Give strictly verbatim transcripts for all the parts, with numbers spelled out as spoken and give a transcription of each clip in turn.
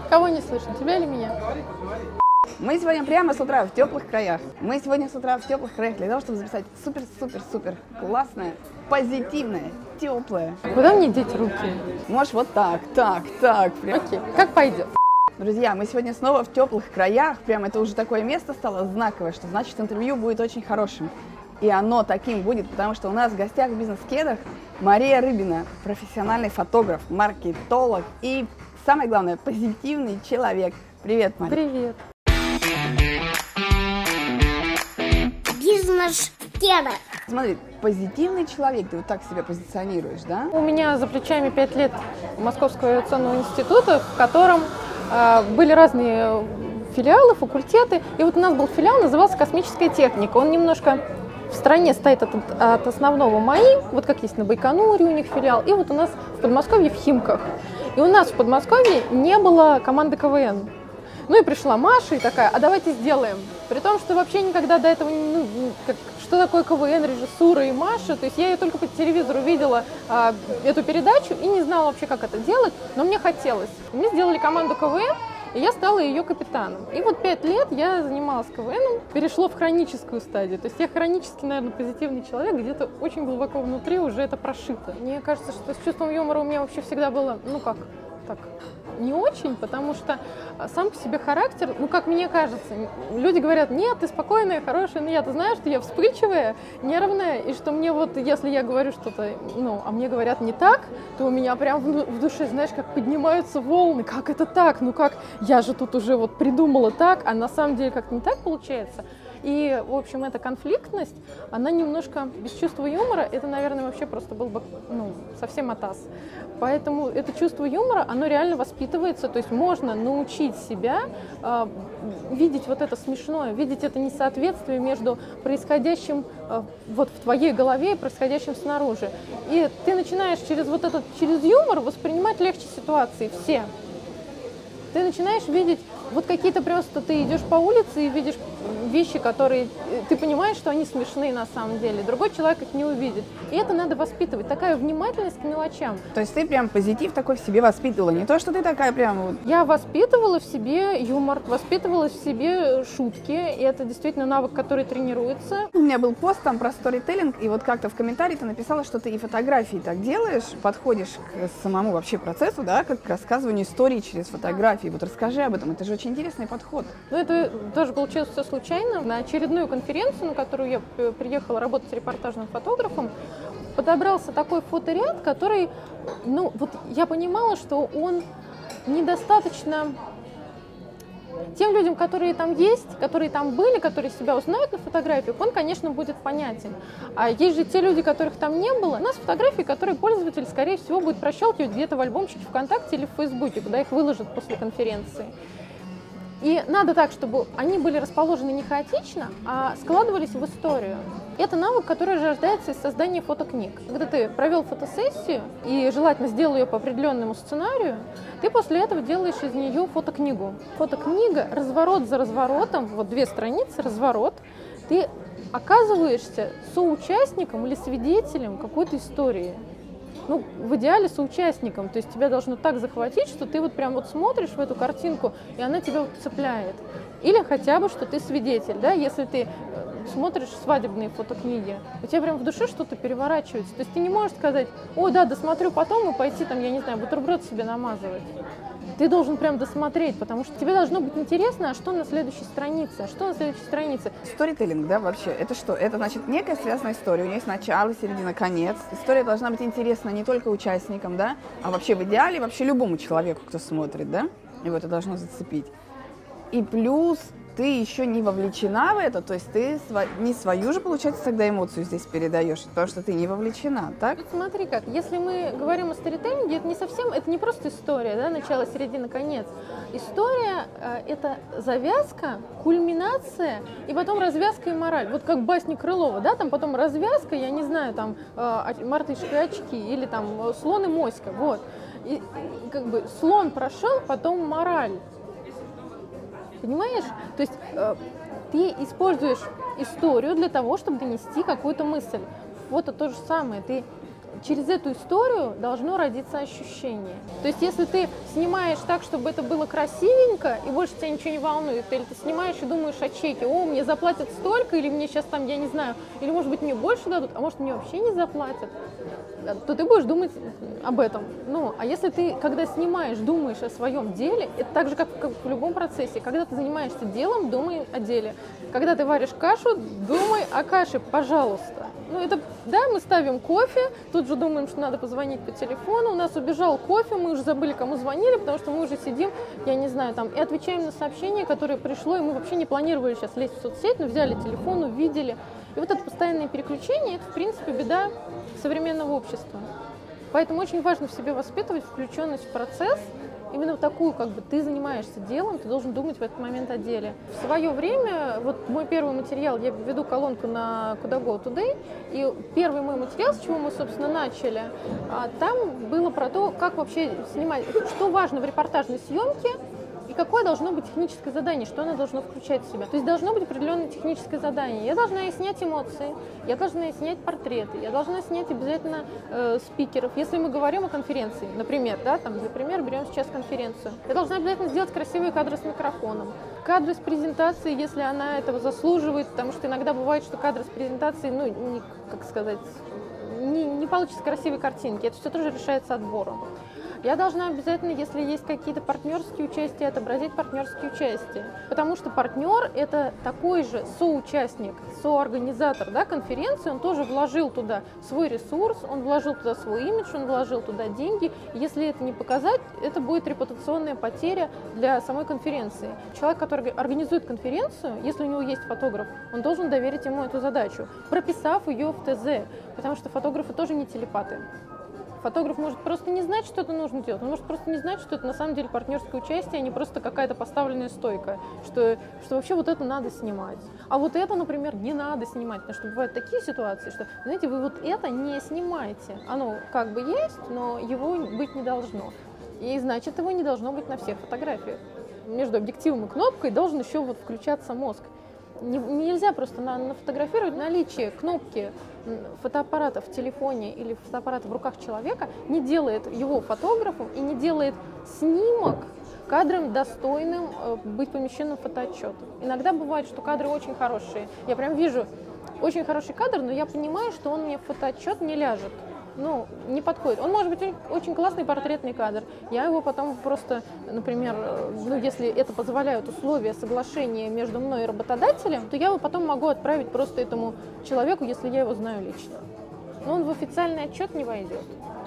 Кого не слышно, тебя или меня? Мы сегодня прямо с утра в теплых краях. Мы сегодня с утра в теплых краях для того, чтобы записать супер-супер-супер классное, позитивное, теплое. Куда мне деть руки? Можешь вот так, так, так. Прям. Окей, как пойдет. Друзья, мы сегодня снова в теплых краях. Прям это уже такое место стало знаковое, что значит интервью будет очень хорошим. И оно таким будет, потому что у нас в гостях в бизнес-кедах Мария Рыбина, профессиональный фотограф, маркетолог и, самое главное, позитивный человек. Привет, Мария. Привет. Бизнес-кедах. Смотри, позитивный человек, ты вот так себя позиционируешь, да? У меня за плечами пять лет Московского авиационного института, в котором э, были разные филиалы, факультеты. И вот у нас был филиал, назывался «Космическая техника». Он немножко в стороне стоит от, от основного МАИ, вот как есть на Байконуре у них филиал. И вот у нас в Подмосковье в Химках. И у нас в Подмосковье не было команды КВН. Ну и пришла Маша и такая, а давайте сделаем. При том, что вообще никогда до этого, ну, как, что такое КВН, режиссура и Маша, то есть я ее только по телевизору видела, а, эту передачу, и не знала вообще, как это делать, но мне хотелось. И мы сделали команду КВН, и я стала ее капитаном. И вот пять лет я занималась КВНом, перешло в хроническую стадию. То есть я хронически, наверное, позитивный человек, где-то очень глубоко внутри уже это прошито. Мне кажется, что с чувством юмора у меня вообще всегда было, ну как, так, не очень, потому что сам по себе характер, ну, как мне кажется, люди говорят, нет, ты спокойная, хорошая, но я-то знаю, что я вспыльчивая, нервная, и что мне вот, если я говорю что-то, ну, а мне говорят не так, то у меня прям в, в душе, знаешь, как поднимаются волны, как это так, ну как, я же тут уже вот придумала так, а на самом деле как-то не так получается. И, в общем, эта конфликтность, она немножко без чувства юмора, это, наверное, вообще просто был бы, ну, совсем атас. Поэтому это чувство юмора, оно реально воспитывается, то есть можно научить себя э, видеть вот это смешное, видеть это несоответствие между происходящим э, вот в твоей голове и происходящим снаружи. И ты начинаешь через вот этот, через юмор воспринимать легче ситуации, все. Ты начинаешь видеть, вот какие-то просто, ты идешь по улице и видишь вещи, которые, ты понимаешь, что они смешные на самом деле, другой человек их не увидит. И это надо воспитывать, такая внимательность к мелочам. То есть ты прям позитив такой в себе воспитывала, не то, что ты такая прям вот... Я воспитывала в себе юмор, воспитывала в себе шутки, и это действительно навык, который тренируется. У меня был пост там про сторителлинг, и вот как-то в комментарии ты написала, что ты и фотографии так делаешь, подходишь к самому вообще процессу, да, как к рассказыванию истории через фотографии. Вот расскажи об этом, это же очень интересный подход. Ну, это тоже получилось все случайно. На очередную конференцию, на которую я приехала работать репортажным фотографом, подобрался такой фоторяд, который, ну, вот я понимала, что он недостаточно тем людям, которые там есть, которые там были, которые себя узнают на фотографиях, он, конечно, будет понятен. А есть же те люди, которых там не было. У нас фотографии, которые пользователь, скорее всего, будет прощелкивать где-то в альбомчике ВКонтакте или в Фейсбуке, куда их выложат после конференции. И надо так, чтобы они были расположены не хаотично, а складывались в историю. Это навык, который рождается из создания фотокниг. Когда ты провел фотосессию и желательно сделал ее по определенному сценарию, ты после этого делаешь из нее фотокнигу. Фотокнига, разворот за разворотом, вот две страницы, разворот, ты оказываешься соучастником или свидетелем какой-то истории. Ну, в идеале соучастником, то есть тебя должно так захватить, что ты вот прям вот смотришь в эту картинку, и она тебя вот цепляет. Или хотя бы, что ты свидетель, да, если ты смотришь свадебные фотокниги, у тебя прям в душе что-то переворачивается. То есть ты не можешь сказать, о, да, досмотрю потом и пойти там, я не знаю, бутерброд себе намазывать. Ты должен прям досмотреть, потому что тебе должно быть интересно, а что на следующей странице, а что на следующей странице. Сторителлинг, да, вообще, это что? Это значит некая связанная история, у нее есть начало, середина, конец. История должна быть интересна не только участникам, да, а вообще в идеале вообще любому человеку, кто смотрит, да, его это должно зацепить. И плюс ты еще не вовлечена в это, то есть ты не свою же, получается, тогда эмоцию здесь передаешь, потому что ты не вовлечена, так? Вот смотри как, если мы говорим о сторителлинге, это не совсем, это не просто история, да, начало, середина, конец. История э, – это завязка, кульминация и потом развязка и мораль. Вот как басня Крылова, да, там потом развязка, я не знаю, там э, мартышка и очки или там слон и моська, вот. И, и, как бы слон прошел, потом мораль. Понимаешь? То есть э, ты используешь историю для того, чтобы донести какую-то мысль. Вот это то же самое. Ты через эту историю должно родиться ощущение. То есть если ты снимаешь так, чтобы это было красивенько, и больше тебя ничего не волнует, или ты снимаешь и думаешь о чеке, о, мне заплатят столько, или мне сейчас там, я не знаю, или может быть мне больше дадут, а может мне вообще не заплатят, то ты будешь думать об этом. Ну, а если ты, когда снимаешь, думаешь о своем деле, это так же, как, как в любом процессе. Когда ты занимаешься делом, думай о деле. Когда ты варишь кашу, думай о каше, пожалуйста. Ну, это, да, мы ставим кофе, тут же думаем, что надо позвонить по телефону, у нас убежал кофе, мы уже забыли, кому звонили, потому что мы уже сидим, я не знаю, там, и отвечаем на сообщение, которое пришло, и мы вообще не планировали сейчас лезть в соцсеть, но взяли телефон, увидели. И вот это постоянное переключение, это, в принципе, беда современного общества. Поэтому очень важно в себе воспитывать включенность в процесс, именно вот такую, как бы ты занимаешься делом, ты должен думать в этот момент о деле. В свое время, вот мой первый материал, я веду колонку на Kudago Today, и первый мой материал, с чего мы, собственно, начали, там было про то, как вообще снимать, что важно в репортажной съемке, и какое должно быть техническое задание, что оно должно включать в себя. То есть должно быть определенное техническое задание. Я должна и снять эмоции, я должна и снять портреты, я должна снять обязательно э, спикеров. Если мы говорим о конференции, например, да, там, для примера берем сейчас конференцию, я должна обязательно сделать красивые кадры с микрофоном. Кадры с презентации, если она этого заслуживает, потому что иногда бывает, что кадры с презентацией, ну, не, как сказать, не, не получится красивой картинки. Это все тоже решается отбором. Я должна обязательно, если есть какие-то партнерские участия, отобразить партнерские участия. Потому что партнер – это такой же соучастник, соорганизатор, да, конференции, он тоже вложил туда свой ресурс, он вложил туда свой имидж, он вложил туда деньги. Если это не показать, это будет репутационная потеря для самой конференции. Человек, который организует конференцию, если у него есть фотограф, он должен доверить ему эту задачу, прописав ее в ТЗ, потому что фотографы тоже не телепаты. Фотограф может просто не знать, что это нужно делать, он может просто не знать, что это на самом деле партнерское участие, а не просто какая-то поставленная стойка, что, что вообще вот это надо снимать. А вот это, например, не надо снимать, потому что бывают такие ситуации, что, знаете, вы вот это не снимаете. Оно как бы есть, но его быть не должно. И значит, его не должно быть на всех фотографиях. Между объективом и кнопкой должен еще вот включаться мозг. Не, нельзя просто на, нафотографировать наличие кнопки фотоаппарата в телефоне или фотоаппарата в руках человека, не делает его фотографом и не делает снимок кадром, достойным э, быть помещенным в фотоотчет. Иногда бывает, что кадры очень хорошие. Я прям вижу очень хороший кадр, но я понимаю, что он мне в фотоотчет не ляжет. Ну, не подходит. Он может быть очень классный портретный кадр. Я его потом просто, например, ну, если это позволяют условия соглашения между мной и работодателем, то я его потом могу отправить просто этому человеку, если я его знаю лично. Но он в официальный отчет не войдет.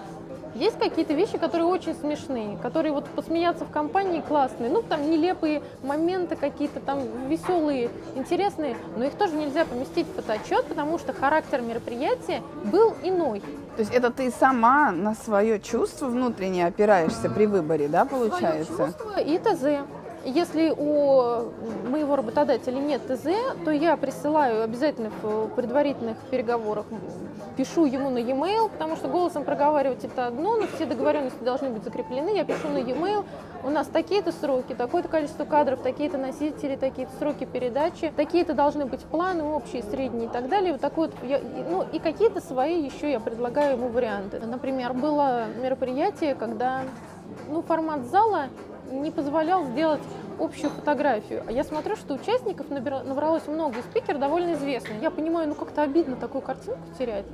Есть какие-то вещи, которые очень смешные, которые вот посмеяться в компании классные, ну там нелепые моменты какие-то там веселые, интересные, но их тоже нельзя поместить в фотоотчет, потому что характер мероприятия был иной. То есть это ты сама на свое чувство внутреннее опираешься при выборе, да, получается? Свое чувство и ТЗ. Если у моего работодателя нет ТЗ, то я присылаю обязательно в предварительных переговорах, пишу ему на e-mail, потому что голосом проговаривать это одно, но все договоренности должны быть закреплены. Я пишу на e-mail, у нас такие-то сроки, такое-то количество кадров, такие-то носители, такие-то сроки передачи, такие-то должны быть планы общие, средние и так далее. Вот такой вот, я, ну и какие-то свои еще я предлагаю ему варианты. Например, было мероприятие, когда ну, формат зала не позволял сделать общую фотографию. А я смотрю, что участников набралось много, и спикер довольно известный. Я понимаю, ну как-то обидно такую картинку терять.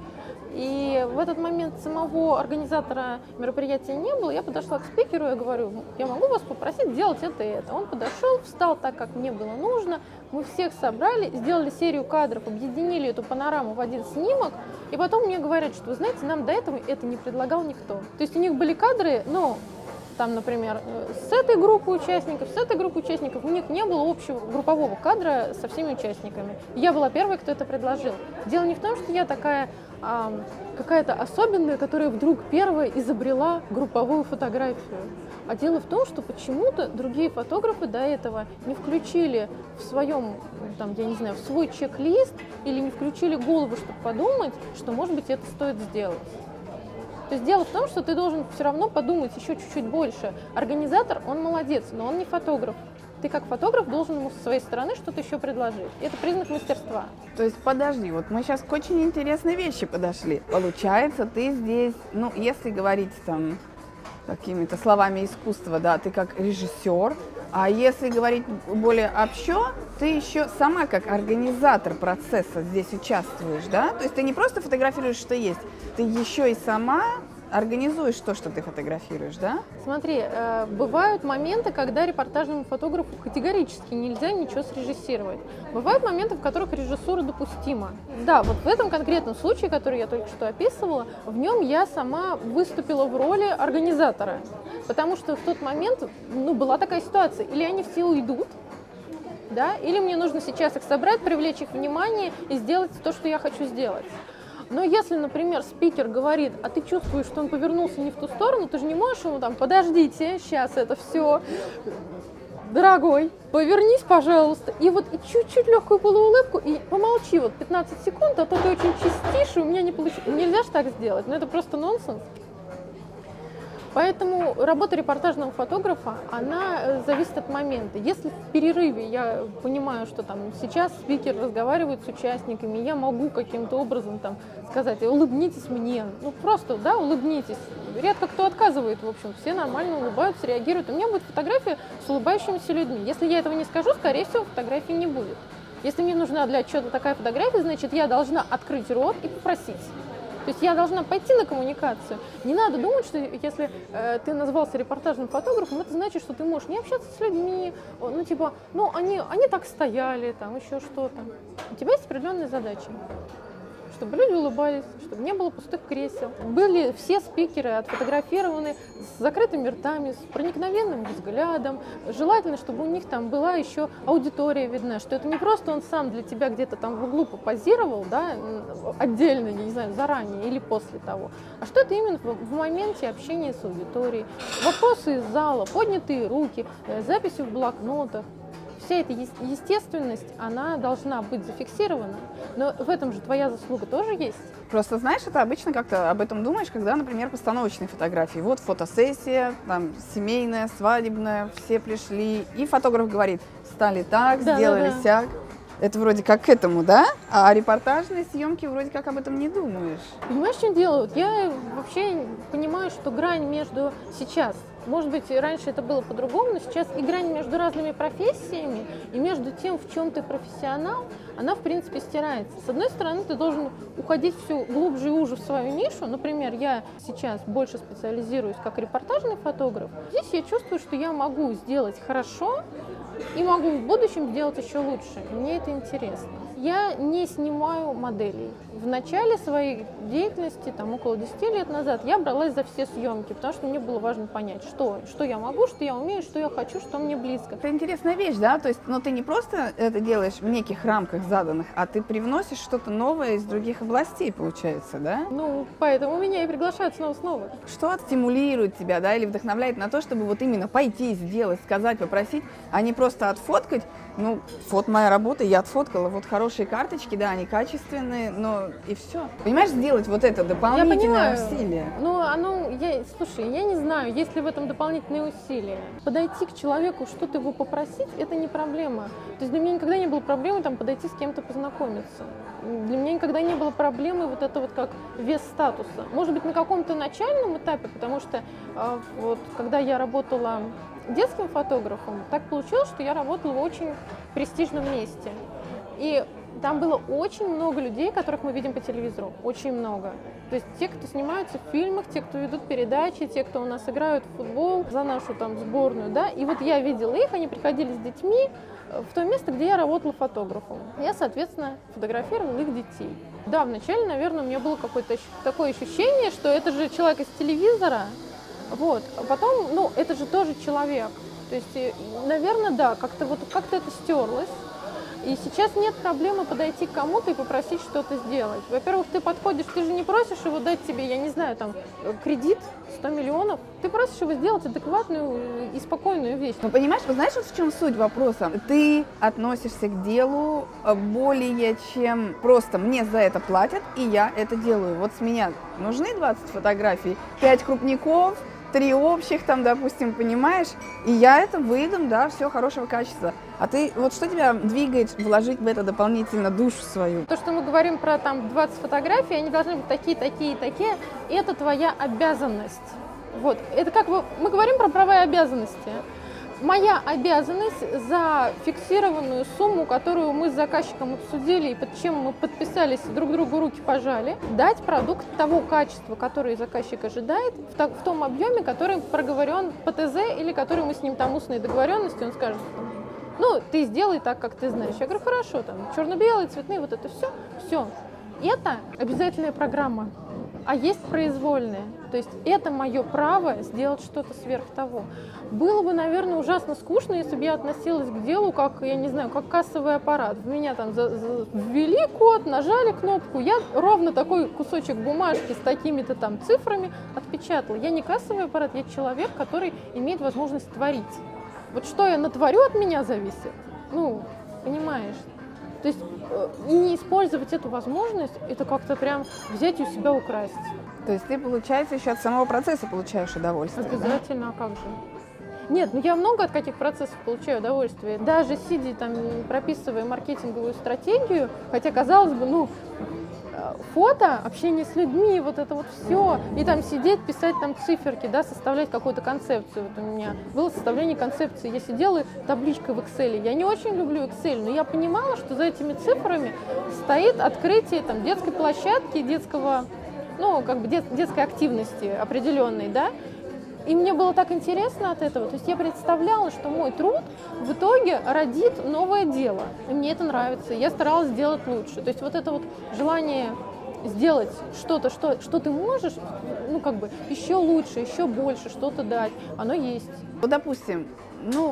И в этот момент самого организатора мероприятия не было. Я подошла к спикеру и говорю, я могу вас попросить сделать это и это. Он подошел, встал так, как мне было нужно. Мы всех собрали, сделали серию кадров, объединили эту панораму в один снимок. И потом мне говорят, что, вы знаете, нам до этого это не предлагал никто. То есть у них были кадры, ну, там, например, с этой группой участников, с этой группой участников, у них не было общего группового кадра со всеми участниками. Я была первой, кто это предложил. Дело не в том, что я такая а, какая-то особенная, которая вдруг первая изобрела групповую фотографию. А дело в том, что почему-то другие фотографы до этого не включили в своем, там, я не знаю, в свой чек-лист или не включили голову, чтобы подумать, что, может быть, это стоит сделать. То есть дело в том, что ты должен все равно подумать еще чуть-чуть больше. Организатор, он молодец, но он не фотограф. ты как фотограф должен ему со своей стороны что-то еще предложить. Это признак мастерства. То есть, подожди, вот мы сейчас к очень интересной вещи подошли. Получается, ты здесь, ну, если говорить там какими-то словами искусства, да, ты как режиссер, а если говорить более общо, ты еще сама как организатор процесса здесь участвуешь, да? То есть ты не просто фотографируешь, что есть, ты еще и сама организуешь то, что ты фотографируешь, да? Смотри, э, бывают моменты, когда репортажному фотографу категорически нельзя ничего срежиссировать. Бывают моменты, в которых режиссура допустима. Да, вот в этом конкретном случае, который я только что описывала, в нем я сама выступила в роли организатора. Потому что в тот момент, ну, была такая ситуация, или они все уйдут, да, или мне нужно сейчас их собрать, привлечь их внимание и сделать то, что я хочу сделать. Но если, например, спикер говорит, а ты чувствуешь, что он повернулся не в ту сторону, ты же не можешь ему там, подождите, сейчас это все, дорогой, повернись, пожалуйста, и вот и чуть-чуть легкую полуулыбку, и помолчи вот пятнадцать секунд, а то ты очень чистишь, и у меня не получилось. Нельзя же так сделать, но это просто нонсенс. Поэтому работа репортажного фотографа, она зависит от момента. Если в перерыве я понимаю, что там сейчас спикер разговаривает с участниками, я могу каким-то образом там сказать, улыбнитесь мне, ну просто, да, улыбнитесь. Редко кто отказывает, в общем, все нормально улыбаются, реагируют. У меня будет фотография с улыбающимися людьми. Если я этого не скажу, скорее всего, фотографии не будет. Если мне нужна для отчета такая фотография, значит, я должна открыть рот и попросить. То есть я должна пойти на коммуникацию. Не надо думать, что если э, ты назвался репортажным фотографом, это значит, что ты можешь не общаться с людьми, ну типа, ну они, они так стояли, там еще что-то. У тебя есть определенные задачи, чтобы люди улыбались, чтобы не было пустых кресел. Были все спикеры отфотографированы с закрытыми ртами, с проникновенным взглядом. Желательно, чтобы у них там была еще аудитория видна, что это не просто он сам для тебя где-то там в углу попозировал, да, отдельно, не знаю, заранее или после того, а что это именно в моменте общения с аудиторией. Вопросы из зала, поднятые руки, записи в блокнотах. Вся эта естественность, она должна быть зафиксирована, но в этом же твоя заслуга тоже есть. Просто, знаешь, это обычно как-то об этом думаешь, когда, например, постановочные фотографии. Вот фотосессия, там, семейная, свадебная, все пришли, и фотограф говорит, стали так, да, сделали да, да. сяк. Это вроде как к этому, да? А репортажные съемки вроде как об этом не думаешь. Понимаешь, что делают? Я вообще понимаю, что грань между сейчас, может быть, раньше это было по-другому, но сейчас и грань между разными профессиями, и между тем, в чем ты профессионал, она, в принципе, стирается. С одной стороны, ты должен уходить все глубже и уже в свою нишу. Например, я сейчас больше специализируюсь как репортажный фотограф. Здесь я чувствую, что я могу сделать хорошо и могу в будущем сделать еще лучше. Мне это интересно. Я не снимаю моделей. В начале своей деятельности, там, около десяти лет назад, я бралась за все съемки, потому что мне было важно понять, что, что я могу, что я умею, что я хочу, что мне близко. Это интересная вещь, да? То есть, но ты не просто это делаешь в неких рамках заданных, а ты привносишь что-то новое из других областей, получается, да? Ну, поэтому меня и приглашают снова-снова. Что стимулирует тебя, да, или вдохновляет на то, чтобы вот именно пойти, сделать, сказать, попросить, а не просто отфоткать? Ну, вот моя работа, я отфоткала, вот хорошие карточки, да, они качественные, но и все. Понимаешь, сделать вот это дополнительное усилие. Ну, оно, я, слушай, я не знаю, есть ли в этом дополнительные усилия. Подойти к человеку, что-то его попросить, это не проблема. То есть для меня никогда не было проблемы там подойти с кем-то познакомиться. Для меня никогда не было проблемы вот это вот как вес статуса. Может быть, на каком-то начальном этапе, потому что э, вот когда я работала детским фотографом, так получилось, что я работала в очень престижном месте. И там было очень много людей, которых мы видим по телевизору, очень много. То есть те, кто снимаются в фильмах, те, кто ведут передачи, те, кто у нас играют в футбол за нашу там сборную, да. И вот я видела их, они приходили с детьми в то место, где я работала фотографом. Я, соответственно, фотографировала их детей. Да, вначале, наверное, у меня было какое-то такое ощущение, что это же человек из телевизора, вот. А потом, ну, это же тоже человек. То есть, наверное, да, как-то вот как-то это стерлось. И сейчас нет проблемы подойти к кому-то и попросить что-то сделать. Во-первых, ты подходишь, ты же не просишь его дать тебе, я не знаю, там, кредит сто миллионов. Ты просишь его сделать адекватную и спокойную вещь. Ну, понимаешь, вот знаешь, вот в чем суть вопроса? Ты относишься к делу более чем просто мне за это платят, и я это делаю. Вот с меня нужны двадцать фотографий, пять крупников, три общих там, допустим, понимаешь, и я это выдам, да, все хорошего качества. А ты, вот что тебя двигает вложить в это дополнительно душу свою? То, что мы говорим про там двадцать фотографий, они должны быть такие, такие, такие, это твоя обязанность. Вот, это как бы, мы говорим про права и обязанности. Моя обязанность за фиксированную сумму, которую мы с заказчиком обсудили и под чем мы подписались, друг другу руки пожали, дать продукт того качества, которое заказчик ожидает, в, так, в том объеме, который проговорен по ТЗ или который мы с ним там устной договоренности, он скажет, ну, ты сделай так, как ты знаешь. Я говорю, хорошо, там, черно-белые, цветные, вот это все, все. Это обязательная программа, а есть произвольная. То есть это мое право сделать что-то сверх того. Было бы, наверное, ужасно скучно, если бы я относилась к делу как, я не знаю, как кассовый аппарат. В меня там за, за, ввели код, нажали кнопку, я ровно такой кусочек бумажки с такими-то там цифрами отпечатала. Я не кассовый аппарат, я человек, который имеет возможность творить. Вот что я натворю, от меня зависит. Ну, понимаешь? То есть и не использовать эту возможность, это как-то прям взять и у себя украсть. То есть ты, получается, еще от самого процесса получаешь удовольствие? Обязательно, да? А как же? Нет, ну я много от каких процессов получаю удовольствие. Даже сидя там, прописывая маркетинговую стратегию, хотя, казалось бы, ну, фото, общение с людьми, вот это вот все, и там сидеть, писать там циферки, да, составлять какую-то концепцию. Вот у меня было составление концепции, я сидела табличкой в Excel. Я не очень люблю Excel, но я понимала, что за этими цифрами стоит открытие там детской площадки, детского, ну, как бы дет, детской активности определенной, да. И мне было так интересно от этого. То есть я представляла, что мой труд в итоге родит новое дело. И мне это нравится. Я старалась сделать лучше. То есть вот это вот желание сделать что-то, что, что ты можешь, ну как бы еще лучше, еще больше что-то дать, оно есть. Вот, допустим, ну,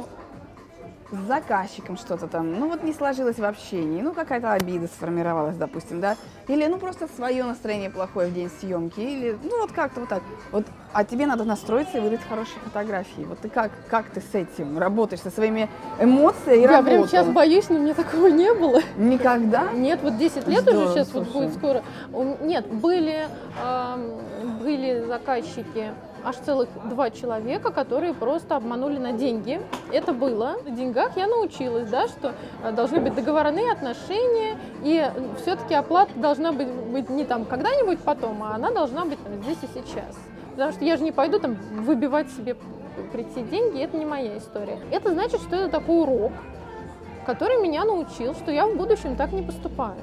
с заказчиком что-то там, ну вот не сложилось в общении, ну какая-то обида сформировалась, допустим, да, или ну просто свое настроение плохое в день съемки, или ну вот как-то вот так, вот, а тебе надо настроиться и выдать хорошие фотографии. Вот ты как, как ты с этим работаешь, со своими эмоциями и Я работой? прям сейчас боюсь, но мне такого не было. Никогда? Нет, вот десять лет Здорово, уже сейчас слушай. вот будет скоро. Нет, были, э, были заказчики, аж целых два человека, которые просто обманули на деньги. Это было. На деньгах я научилась, да, что должны быть договорные отношения, и все-таки оплата должна быть, быть не там когда-нибудь потом, а она должна быть там, здесь и сейчас. Потому что я же не пойду там выбивать себе прийти деньги, это не моя история. Это значит, что это такой урок, который меня научил, что я в будущем так не поступаю.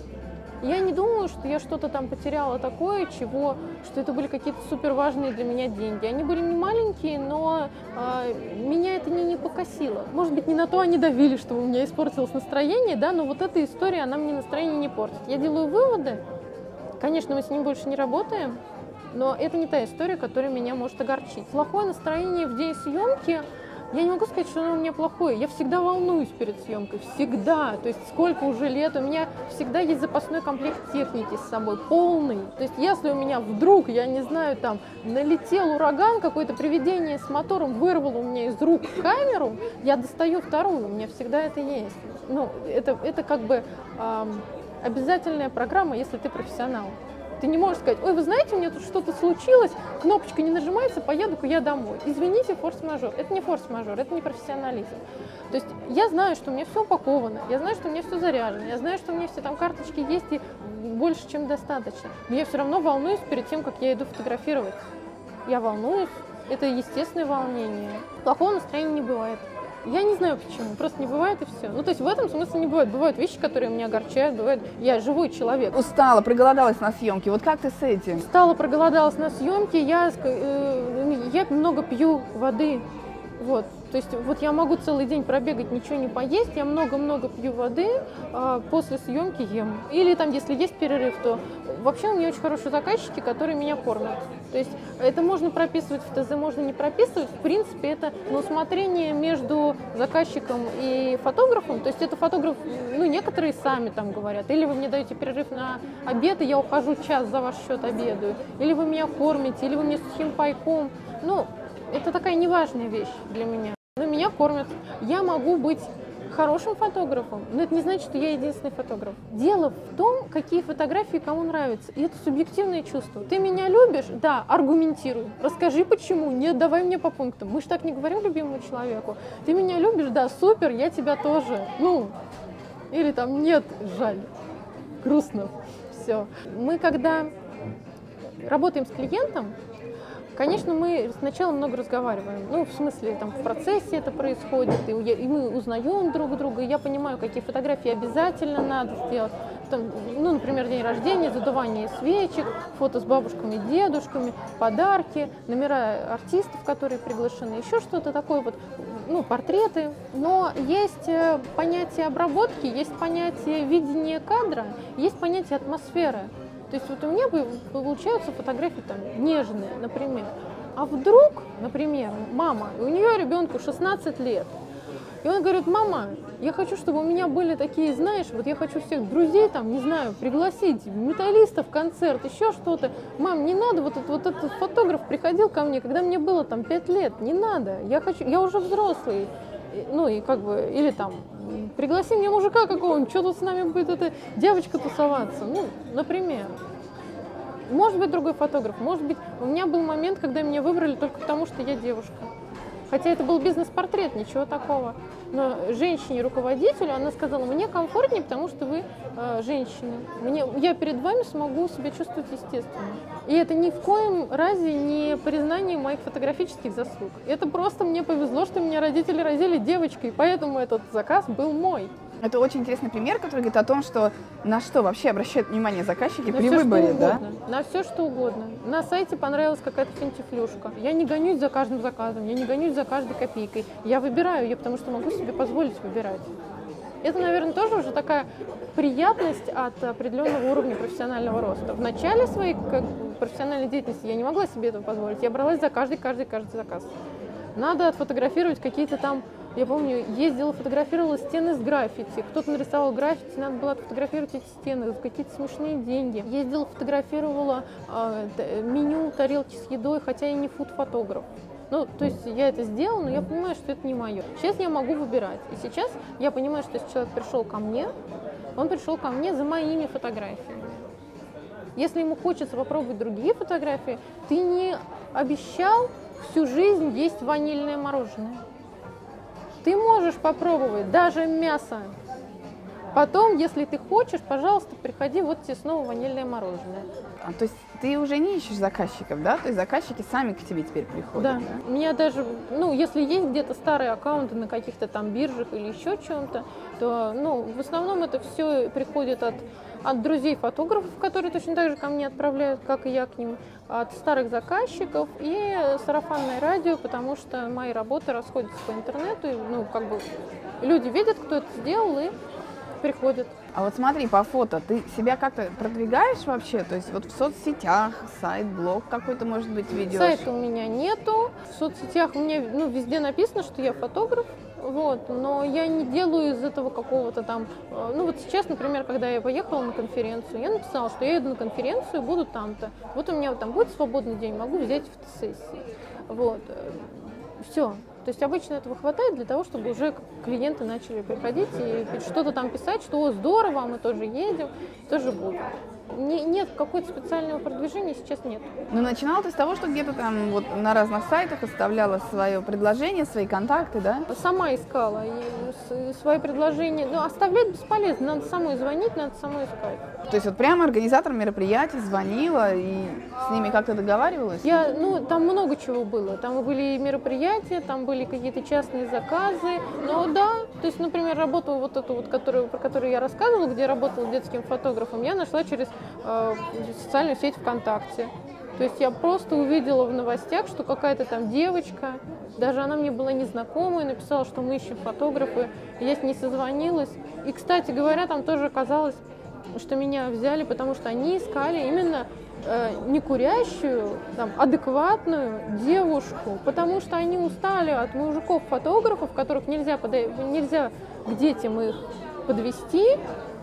Я не думаю, что я что-то там потеряла такое, чего, что это были какие-то супер важные для меня деньги. Они были не маленькие, но э, меня это не, не покосило. Может быть, не на то они давили, что у меня испортилось настроение, да, но вот эта история, она мне настроение не портит. Я делаю выводы. Конечно, мы с ним больше не работаем, но это не та история, которая меня может огорчить. Плохое настроение в день съемки. Я не могу сказать, что оно у меня плохое. Я всегда волнуюсь перед съемкой, всегда. То есть сколько уже лет, у меня всегда есть запасной комплект техники с собой, полный. То есть если у меня вдруг, я не знаю, там, налетел ураган, какое-то привидение с мотором вырвало у меня из рук камеру, я достаю вторую, у меня всегда это есть. Ну, это, это как бы эм, обязательная программа, если ты профессионал. Ты не можешь сказать, ой, вы знаете, у меня тут что-то случилось, кнопочка не нажимается, поеду-ка я домой. Извините, форс-мажор. Это не форс-мажор, это не профессионализм. То есть я знаю, что у меня все упаковано, я знаю, что у меня все заряжено, я знаю, что у меня все там карточки есть и больше, чем достаточно. Но я все равно волнуюсь перед тем, как я иду фотографировать. Я волнуюсь, это естественное волнение. Плохого настроения не бывает. Я не знаю почему, просто не бывает и все. Ну, то есть в этом смысле не бывает. Бывают вещи, которые меня огорчают, бывает. Я живой человек. Устала, проголодалась на съемке. Вот как ты с этим? Устала, проголодалась на съемке, я, э, я много пью воды. Вот. То есть вот я могу целый день пробегать, ничего не поесть, я много-много пью воды, а после съемки ем. Или там, если есть перерыв, то вообще у меня очень хорошие заказчики, которые меня кормят. То есть это можно прописывать в ТЗ, можно не прописывать. В принципе, это на усмотрение между заказчиком и фотографом. То есть это фотограф, ну, некоторые сами там говорят. Или вы мне даете перерыв на обед, и я ухожу час за ваш счет обедаю. Или вы меня кормите, или вы мне сухим пайком. Ну, это такая неважная вещь для меня. Но меня кормят. Я могу быть хорошим фотографом, но это не значит, что я единственный фотограф. Дело в том, какие фотографии кому нравятся. И это субъективное чувство. Ты меня любишь? Да, аргументируй. Расскажи, почему. Нет, давай мне по пунктам. Мы же так не говорим любимому человеку. Ты меня любишь? Да, супер, я тебя тоже. Ну, или там нет, жаль, грустно. Все. Мы когда работаем с клиентом, конечно, мы сначала много разговариваем, ну, в смысле, там, в процессе это происходит, и, я, и мы узнаем друг друга, и я понимаю, какие фотографии обязательно надо сделать, там, ну, например, день рождения, задувание свечек, фото с бабушками, дедушками, подарки, номера артистов, которые приглашены, еще что-то такое вот, ну, портреты. Но есть понятие обработки, есть понятие видения кадра, есть понятие атмосферы. То есть вот у меня получаются фотографии там нежные, например. А вдруг, например, мама, у нее ребенку шестнадцать лет, и он говорит: мама, я хочу, чтобы у меня были такие, знаешь, вот я хочу всех друзей там, не знаю, пригласить, металлистов, концерт, еще что-то. Мам, не надо, вот этот, вот этот фотограф приходил ко мне, когда мне было там пять лет, не надо, я хочу, я уже взрослый. Ну и как бы, или там, пригласи мне мужика какого-нибудь, что тут с нами будет эта девочка тусоваться, ну, например. Может быть, другой фотограф, может быть, у меня был момент, когда меня выбрали только потому, что я девушка. Хотя это был бизнес-портрет, ничего такого. Но женщине-руководителю она сказала: мне комфортнее, потому что вы э, женщина. Мне, я перед вами смогу себя чувствовать естественно. И это ни в коем разе не признание моих фотографических заслуг. Это просто мне повезло, что меня родители родили девочкой, поэтому этот заказ был мой. Это очень интересный пример, который говорит о том, что на что вообще обращают внимание заказчики на при все, выборе, да? На все, что угодно. На сайте понравилась какая-то финтифлюшка. Я не гонюсь за каждым заказом, я не гонюсь за каждой копейкой. Я выбираю ее, потому что могу себе позволить выбирать. Это, наверное, тоже уже такая приятность от определенного уровня профессионального роста. В начале своей как, профессиональной деятельности я не могла себе этого позволить. Я бралась за каждый, каждый, каждый заказ. Надо отфотографировать какие-то там... Я помню, ездила, фотографировала стены с граффити. Кто-то нарисовал граффити, надо было отфотографировать эти стены за какие-то смешные деньги. Ездила, фотографировала э, меню, тарелки с едой, хотя я не фуд-фотограф. Ну, то есть я это сделала, но я понимаю, что это не мое. Сейчас я могу выбирать. И сейчас я понимаю, что если человек пришел ко мне, он пришел ко мне за моими фотографиями. Если ему хочется попробовать другие фотографии, ты не обещал всю жизнь есть ванильное мороженое. Ты можешь попробовать даже мясо. Потом, если ты хочешь, пожалуйста, приходи, вот тебе снова ванильное мороженое. А, то есть ты уже не ищешь заказчиков, да? То есть заказчики сами к тебе теперь приходят, да? Да. У меня даже, ну, если есть где-то старые аккаунты на каких-то там биржах или еще чем-то, то, ну, в основном это все приходит от, от друзей фотографов, которые точно так же ко мне отправляют, как и я к ним, от старых заказчиков и сарафанное радио, потому что мои работы расходятся по интернету, и, ну, как бы люди видят, кто это сделал, и приходят. А вот смотри, по фото, ты себя как-то продвигаешь вообще? То есть вот в соцсетях, сайт, блог какой-то, может быть, ведешь? Сайта у меня нету. В соцсетях у меня, ну, везде написано, что я фотограф, вот, но я не делаю из этого какого-то там... Ну вот сейчас, например, когда я поехала на конференцию, я написала, что я еду на конференцию, буду там-то. Вот у меня там будет свободный день, могу взять фотосессии. Вот. Все. То есть обычно этого хватает для того, чтобы уже клиенты начали приходить и что-то там писать, что «О, здорово, мы тоже едем, тоже будем». Не, нет, какого-то специального продвижения сейчас нет. Ну, начинала ты с того, что где-то там вот на разных сайтах оставляла свое предложение, свои контакты, да? Сама искала и свои предложения. Ну, оставлять бесполезно, надо самой звонить, надо самой искать. То есть вот прямо организатор мероприятий звонила и с ними как-то договаривалась? Я, ну, там много чего было. Там были и мероприятия, там были какие-то частные заказы. Но да, то есть, например, работу вот эту вот, которую, про которую я рассказывала, где я работала детским фотографом, я нашла через э, социальную сеть ВКонтакте. То есть я просто увидела в новостях, что какая-то там девочка, даже она мне была незнакомая, написала, что мы ищем фотографы, и я с ней созвонилась. И, кстати говоря, там тоже оказалось, что меня взяли, потому что они искали именно э, не курящую, там, адекватную девушку, потому что они устали от мужиков-фотографов, которых нельзя, подо... нельзя к детям их подвести,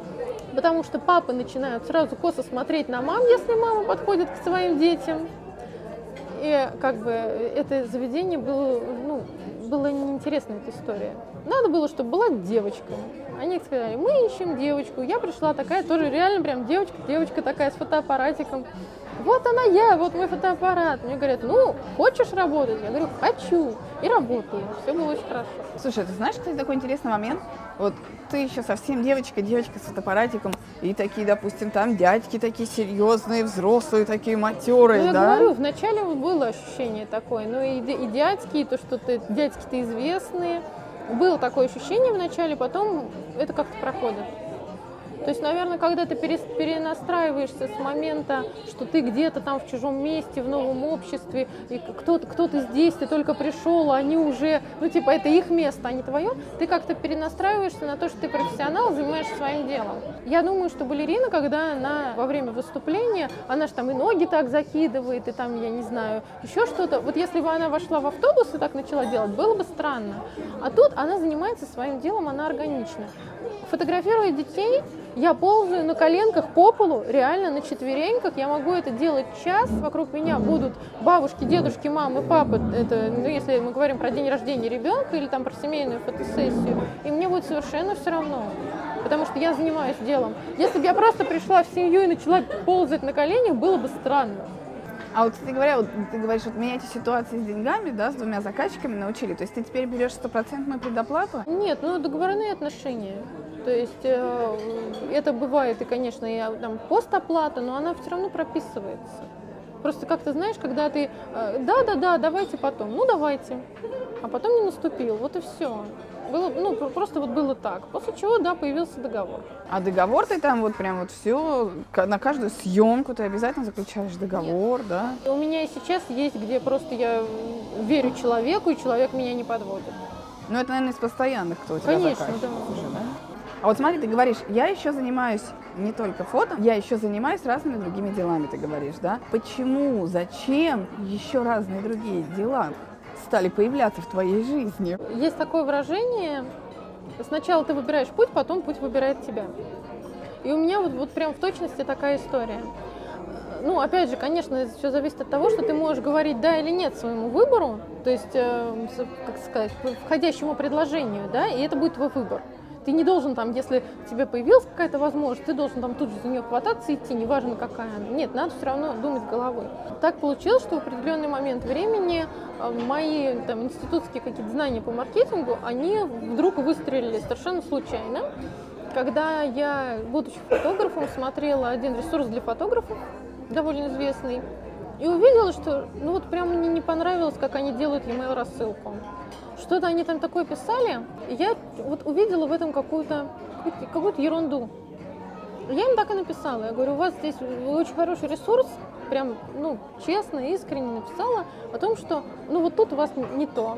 потому что папы начинают сразу косо смотреть на мам, если мама подходит к своим детям. И как бы это заведение было, ну, была неинтересна эта история. Надо было, чтобы была девочка. Они сказали, мы ищем девочку. Я пришла такая, тоже реально прям девочка, девочка такая с фотоаппаратиком. Вот она я, вот мой фотоаппарат. Мне говорят, ну, хочешь работать? Я говорю, хочу. И работаю. Все было очень хорошо. Слушай, ты знаешь, кстати, такой интересный момент? Вот ты еще совсем девочка, девочка с фотоаппаратиком, и такие, допустим, там дядьки такие серьезные, взрослые, такие матерые, ну, да? Я говорю, вначале было ощущение такое, ну и, и дядьки, и то, что ты, дядьки-то известные. Было такое ощущение вначале, потом это как-то проходит. То есть, наверное, когда ты перенастраиваешься с момента, что ты где-то там в чужом месте, в новом обществе, и кто-то, кто-то здесь, ты только пришел, а они уже, ну, типа, это их место, а не твое, ты как-то перенастраиваешься на то, что ты профессионал, занимаешься своим делом. Я думаю, что балерина, когда она во время выступления, она же там и ноги так закидывает, и там, я не знаю, еще что-то. Вот если бы она вошла в автобус и так начала делать, было бы странно. А тут она занимается своим делом, она органична. Фотографируя детей, я ползаю на коленках по полу, реально на четвереньках. Я могу это делать час. Вокруг меня будут бабушки, дедушки, мамы, папы. Это, ну, если мы говорим про день рождения ребенка или там про семейную фотосессию. И мне будет совершенно все равно, потому что я занимаюсь делом. Если бы я просто пришла в семью и начала ползать на коленях, было бы странно. А вот, кстати говоря, вот ты говоришь, вот меня эти ситуации с деньгами, да, с двумя заказчиками научили. То есть ты теперь берешь стопроцентную предоплату? Нет, ну договорные отношения. То есть э, это бывает, и, конечно, и там постоплата, но она все равно прописывается. Просто как ты знаешь, когда ты э, да-да-да, давайте потом, ну давайте, а потом не наступил, вот и все. Было, ну, просто вот было так. После чего, да, появился договор. А договор ты там вот прям вот все, на каждую съемку ты обязательно заключаешь договор, Нет. да? И у меня и сейчас есть, где просто я верю человеку, и человек меня не подводит. Ну, это, наверное, из постоянных, кто у тебя Конечно, заказчик да. уже, да? А вот смотри, ты говоришь, я еще занимаюсь не только фото, я еще занимаюсь разными другими делами, ты говоришь, да? Почему, зачем еще разные другие дела стали появляться в твоей жизни? Есть такое выражение, сначала ты выбираешь путь, потом путь выбирает тебя. И у меня вот, вот прям в точности такая история. Ну, опять же, конечно, все зависит от того, что ты можешь говорить да или нет своему выбору, то есть, э, как сказать, входящему предложению, да, и это будет твой выбор. Ты не должен там, если тебе появилась какая-то возможность, ты должен там тут же за нее хвататься и идти, неважно какая она. Нет, надо все равно думать головой. Так получилось, что в определенный момент времени мои там, институтские какие-то знания по маркетингу, они вдруг выстрелили совершенно случайно. Когда я, будучи фотографом, смотрела один ресурс для фотографов, довольно известный, и увидела, что ну вот прям мне не понравилось, как они делают e-mail рассылку. Что-то они там такое писали, и я вот увидела в этом какую-то, какую-то ерунду. Я им так и написала. Я говорю, у вас здесь очень хороший ресурс, прям, ну, честно, искренне написала о том, что, ну, вот тут у вас не то.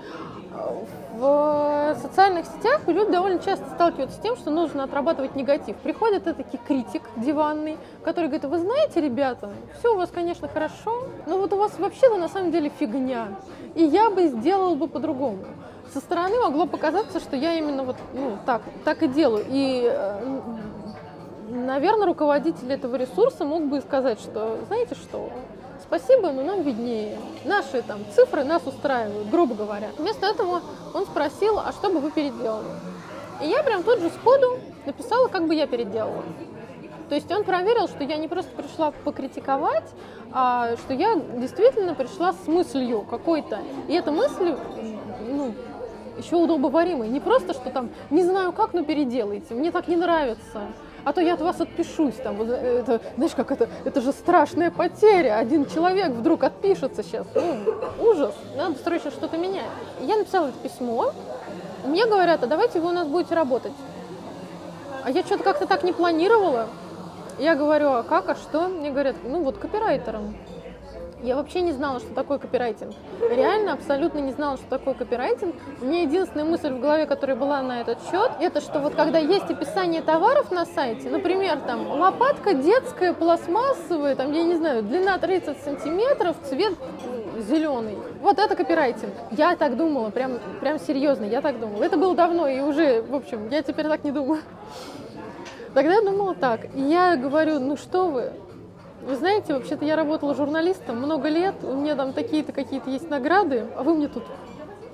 В социальных сетях люди довольно часто сталкиваются с тем, что нужно отрабатывать негатив. Приходит этакий критик диванный, который говорит, вы знаете, ребята, все у вас, конечно, хорошо, но вот у вас вообще-то на самом деле фигня, и я бы сделал бы по-другому. Со стороны могло показаться, что я именно вот ну, так, так и делаю. И, наверное, руководитель этого ресурса мог бы сказать, что, знаете что, спасибо, но нам виднее. Наши там цифры нас устраивают, грубо говоря. Вместо этого он спросил, а что бы вы переделали? И я прям тут же сходу написала, как бы я переделала. То есть он проверил, что я не просто пришла покритиковать, а что я действительно пришла с мыслью какой-то. И эта мысль, ну, еще удобоваримой. Не просто, что там, не знаю как, но переделайте, мне так не нравится. А то я от вас отпишусь, там, это, знаешь, как это, это же страшная потеря, один человек вдруг отпишется сейчас, ну, ужас, надо срочно что-то менять. Я написала это письмо, мне говорят, а давайте вы у нас будете работать. А я что-то как-то так не планировала. Я говорю, а как, а что? Мне говорят, ну вот копирайтером. Я вообще не знала, что такое копирайтинг. Реально, абсолютно не знала, что такое копирайтинг. У меня единственная мысль в голове, которая была на этот счет, это что вот когда есть описание товаров на сайте, например, там лопатка детская, пластмассовая, там, я не знаю, длина тридцать сантиметров, цвет зеленый. Вот это копирайтинг. Я так думала, прям, прям серьезно, я так думала. Это было давно, и уже, в общем, я теперь так не думаю. Тогда я думала так. И я говорю, ну что вы, вы знаете, вообще-то я работала журналистом много лет, у меня там такие-то какие-то есть награды, а вы мне тут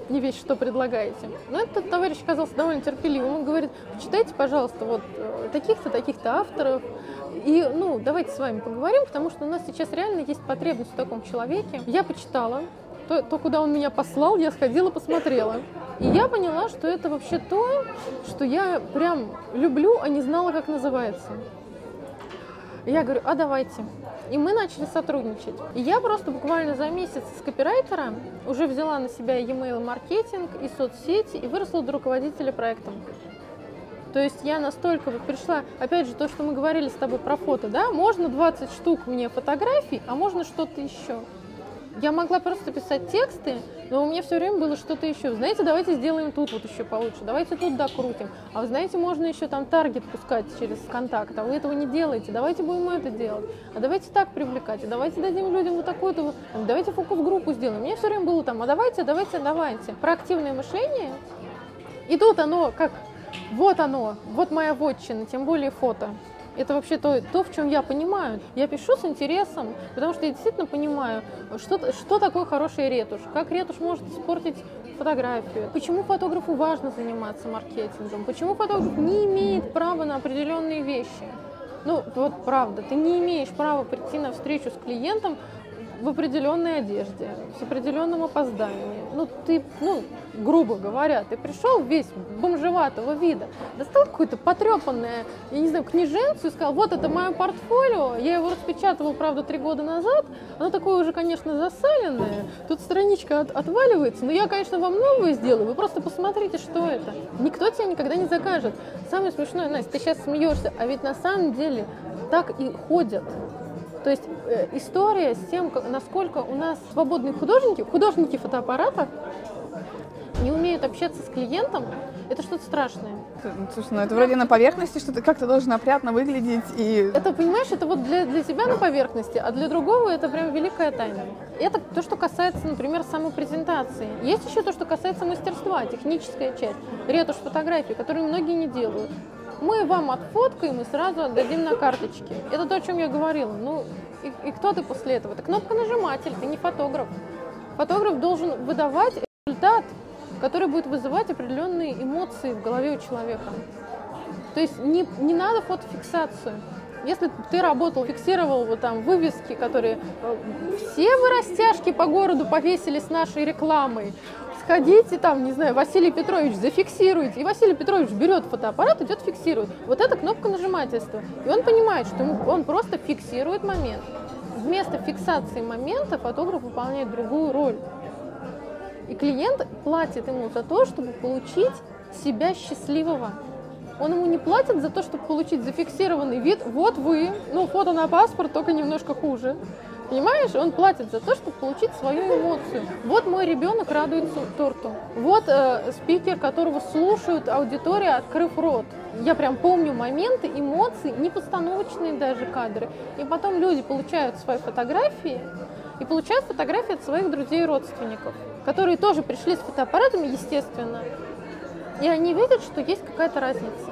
не весь что предлагаете. Но этот товарищ оказался довольно терпеливым. Он говорит, почитайте, пожалуйста, вот таких-то, таких-то авторов. И, ну, давайте с вами поговорим, потому что у нас сейчас реально есть потребность в таком человеке. Я почитала. То, то, куда он меня послал, я сходила, посмотрела. И я поняла, что это вообще то, что я прям люблю, а не знала, как называется. И я говорю, а давайте. И мы начали сотрудничать. И я просто буквально за месяц с копирайтера уже взяла на себя e-mail маркетинг и соцсети и выросла до руководителя проектом. То есть я настолько вот пришла, опять же, то, что мы говорили с тобой про фото, да, можно двадцать штук мне фотографий, а можно что-то еще. Я могла просто писать тексты, но у меня все время было что-то еще. Знаете, давайте сделаем тут вот еще получше, давайте тут докрутим. А вы знаете, можно еще там таргет пускать через контакт, а вы этого не делаете, давайте будем это делать. А давайте так привлекать, а давайте дадим людям вот такую-то, давайте фокус-группу сделаем. У меня все время было там, а давайте, а давайте, а давайте. Про активное мышление. И тут оно как, вот оно, вот моя вотчина, тем более фото. Это вообще то, то, в чем я понимаю. Я пишу с интересом, потому что я действительно понимаю, что, что такое хорошая ретушь, как ретушь может испортить фотографию, почему фотографу важно заниматься маркетингом, почему фотограф не имеет права на определенные вещи. Ну, вот правда, ты не имеешь права прийти на встречу с клиентом в определенной одежде, с определенным опозданием. Ну, ты, ну, грубо говоря, ты пришел весь бомжеватого вида, достал какое-то потрепанное, я не знаю, книженцу и сказал, вот это мое портфолио, я его распечатывал, правда, три года назад, оно такое уже, конечно, засаленное, тут страничка от, отваливается, но я, конечно, вам новое сделаю, вы просто посмотрите, что это. Никто тебя никогда не закажет. Самое смешное, Настя, ты сейчас смеешься, а ведь на самом деле так и ходят. То есть э, история с тем, как, насколько у нас свободные художники, художники фотоаппарата не умеют общаться с клиентом, это что-то страшное. Слушай, ну это вроде на поверхности, что ты как-то должен опрятно выглядеть и... Это, понимаешь, это вот для, для тебя на поверхности, а для другого это прям великая тайна. Это то, что касается, например, самопрезентации. Есть еще то, что касается мастерства, техническая часть, ретушь фотографий, которую многие не делают. Мы вам отфоткаем и сразу отдадим на карточке. Это то, о чем я говорила. Ну, и, и кто ты после этого? Ты кнопконажиматель, ты не фотограф. Фотограф должен выдавать результат, который будет вызывать определенные эмоции в голове у человека. То есть не, не надо фотофиксацию. Если ты работал, фиксировал вот там вывески, которые все вы растяжки по городу повесили с нашей рекламой, сходите там, не знаю, Василий Петрович, зафиксируйте. И Василий Петрович берет фотоаппарат, идет фиксирует. Вот это кнопка нажимательства. И он понимает, что ему, он просто фиксирует момент. Вместо фиксации момента фотограф выполняет другую роль. И клиент платит ему за то, чтобы получить себя счастливого. Он ему не платит за то, чтобы получить зафиксированный вид. Вот вы, ну фото на паспорт, только немножко хуже. Понимаешь, он платит за то, чтобы получить свою эмоцию. Вот мой ребенок радуется торту. Вот э, спикер, которого слушают аудитория, открыв рот. Я прям помню моменты, эмоции, непостановочные даже кадры. И потом люди получают свои фотографии и получают фотографии от своих друзей и родственников, которые тоже пришли с фотоаппаратами, естественно. И они видят, что есть какая-то разница.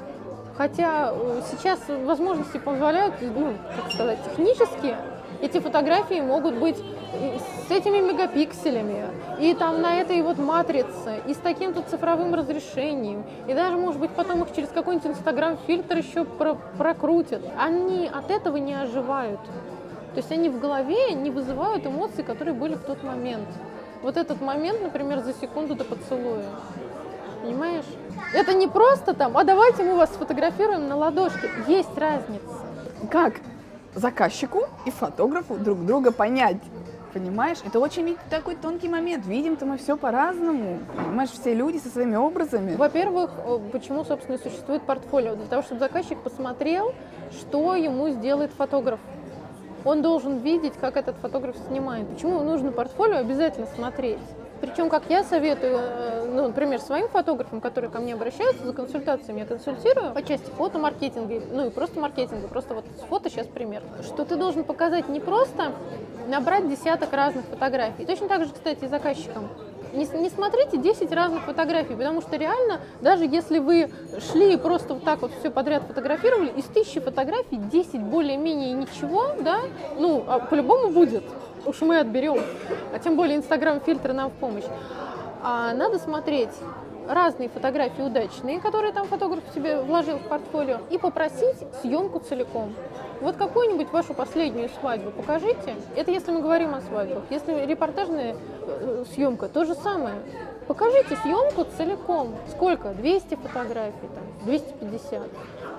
Хотя сейчас возможности позволяют, ну, как сказать, технически, эти фотографии могут быть с этими мегапикселями, и там на этой вот матрице, и с таким-то цифровым разрешением, и даже, может быть, потом их через какой-нибудь инстаграм-фильтр еще про- прокрутят. Они от этого не оживают. То есть они в голове не вызывают эмоций, которые были в тот момент. Вот этот момент, например, за секунду до поцелуя. Понимаешь? Это не просто там, а давайте мы вас сфотографируем на ладошке. Есть разница. Как заказчику и фотографу друг друга понять? Понимаешь? Это очень такой тонкий момент. Видим-то мы все по-разному. Понимаешь, все люди со своими образами. Во-первых, почему, собственно, и существует портфолио? Для того, чтобы заказчик посмотрел, что ему сделает фотограф. Он должен видеть, как этот фотограф снимает. Почему нужно портфолио обязательно смотреть? Причем, как я советую, ну, например, своим фотографам, которые ко мне обращаются за консультациями, я консультирую по части фотомаркетинга, ну и просто маркетинга, просто вот с фото сейчас пример, что ты должен показать не просто набрать десяток разных фотографий. Точно так же, кстати, и заказчикам. Не, не смотрите десять разных фотографий, потому что реально, даже если вы шли и просто вот так вот все подряд фотографировали, из тысячи фотографий десять более-менее ничего, да, ну, а по-любому будет. Уж мы отберем, а тем более инстаграм-фильтры нам в помощь. а надо смотреть разные фотографии удачные, которые там фотограф себе вложил в портфолио, и попросить съемку целиком. Вот какую-нибудь вашу последнюю свадьбу покажите. Это если мы говорим о свадьбах. Если репортажная э, съемка, то же самое. Покажите съемку целиком. Сколько? двести фотографий, там, двести пятьдесят.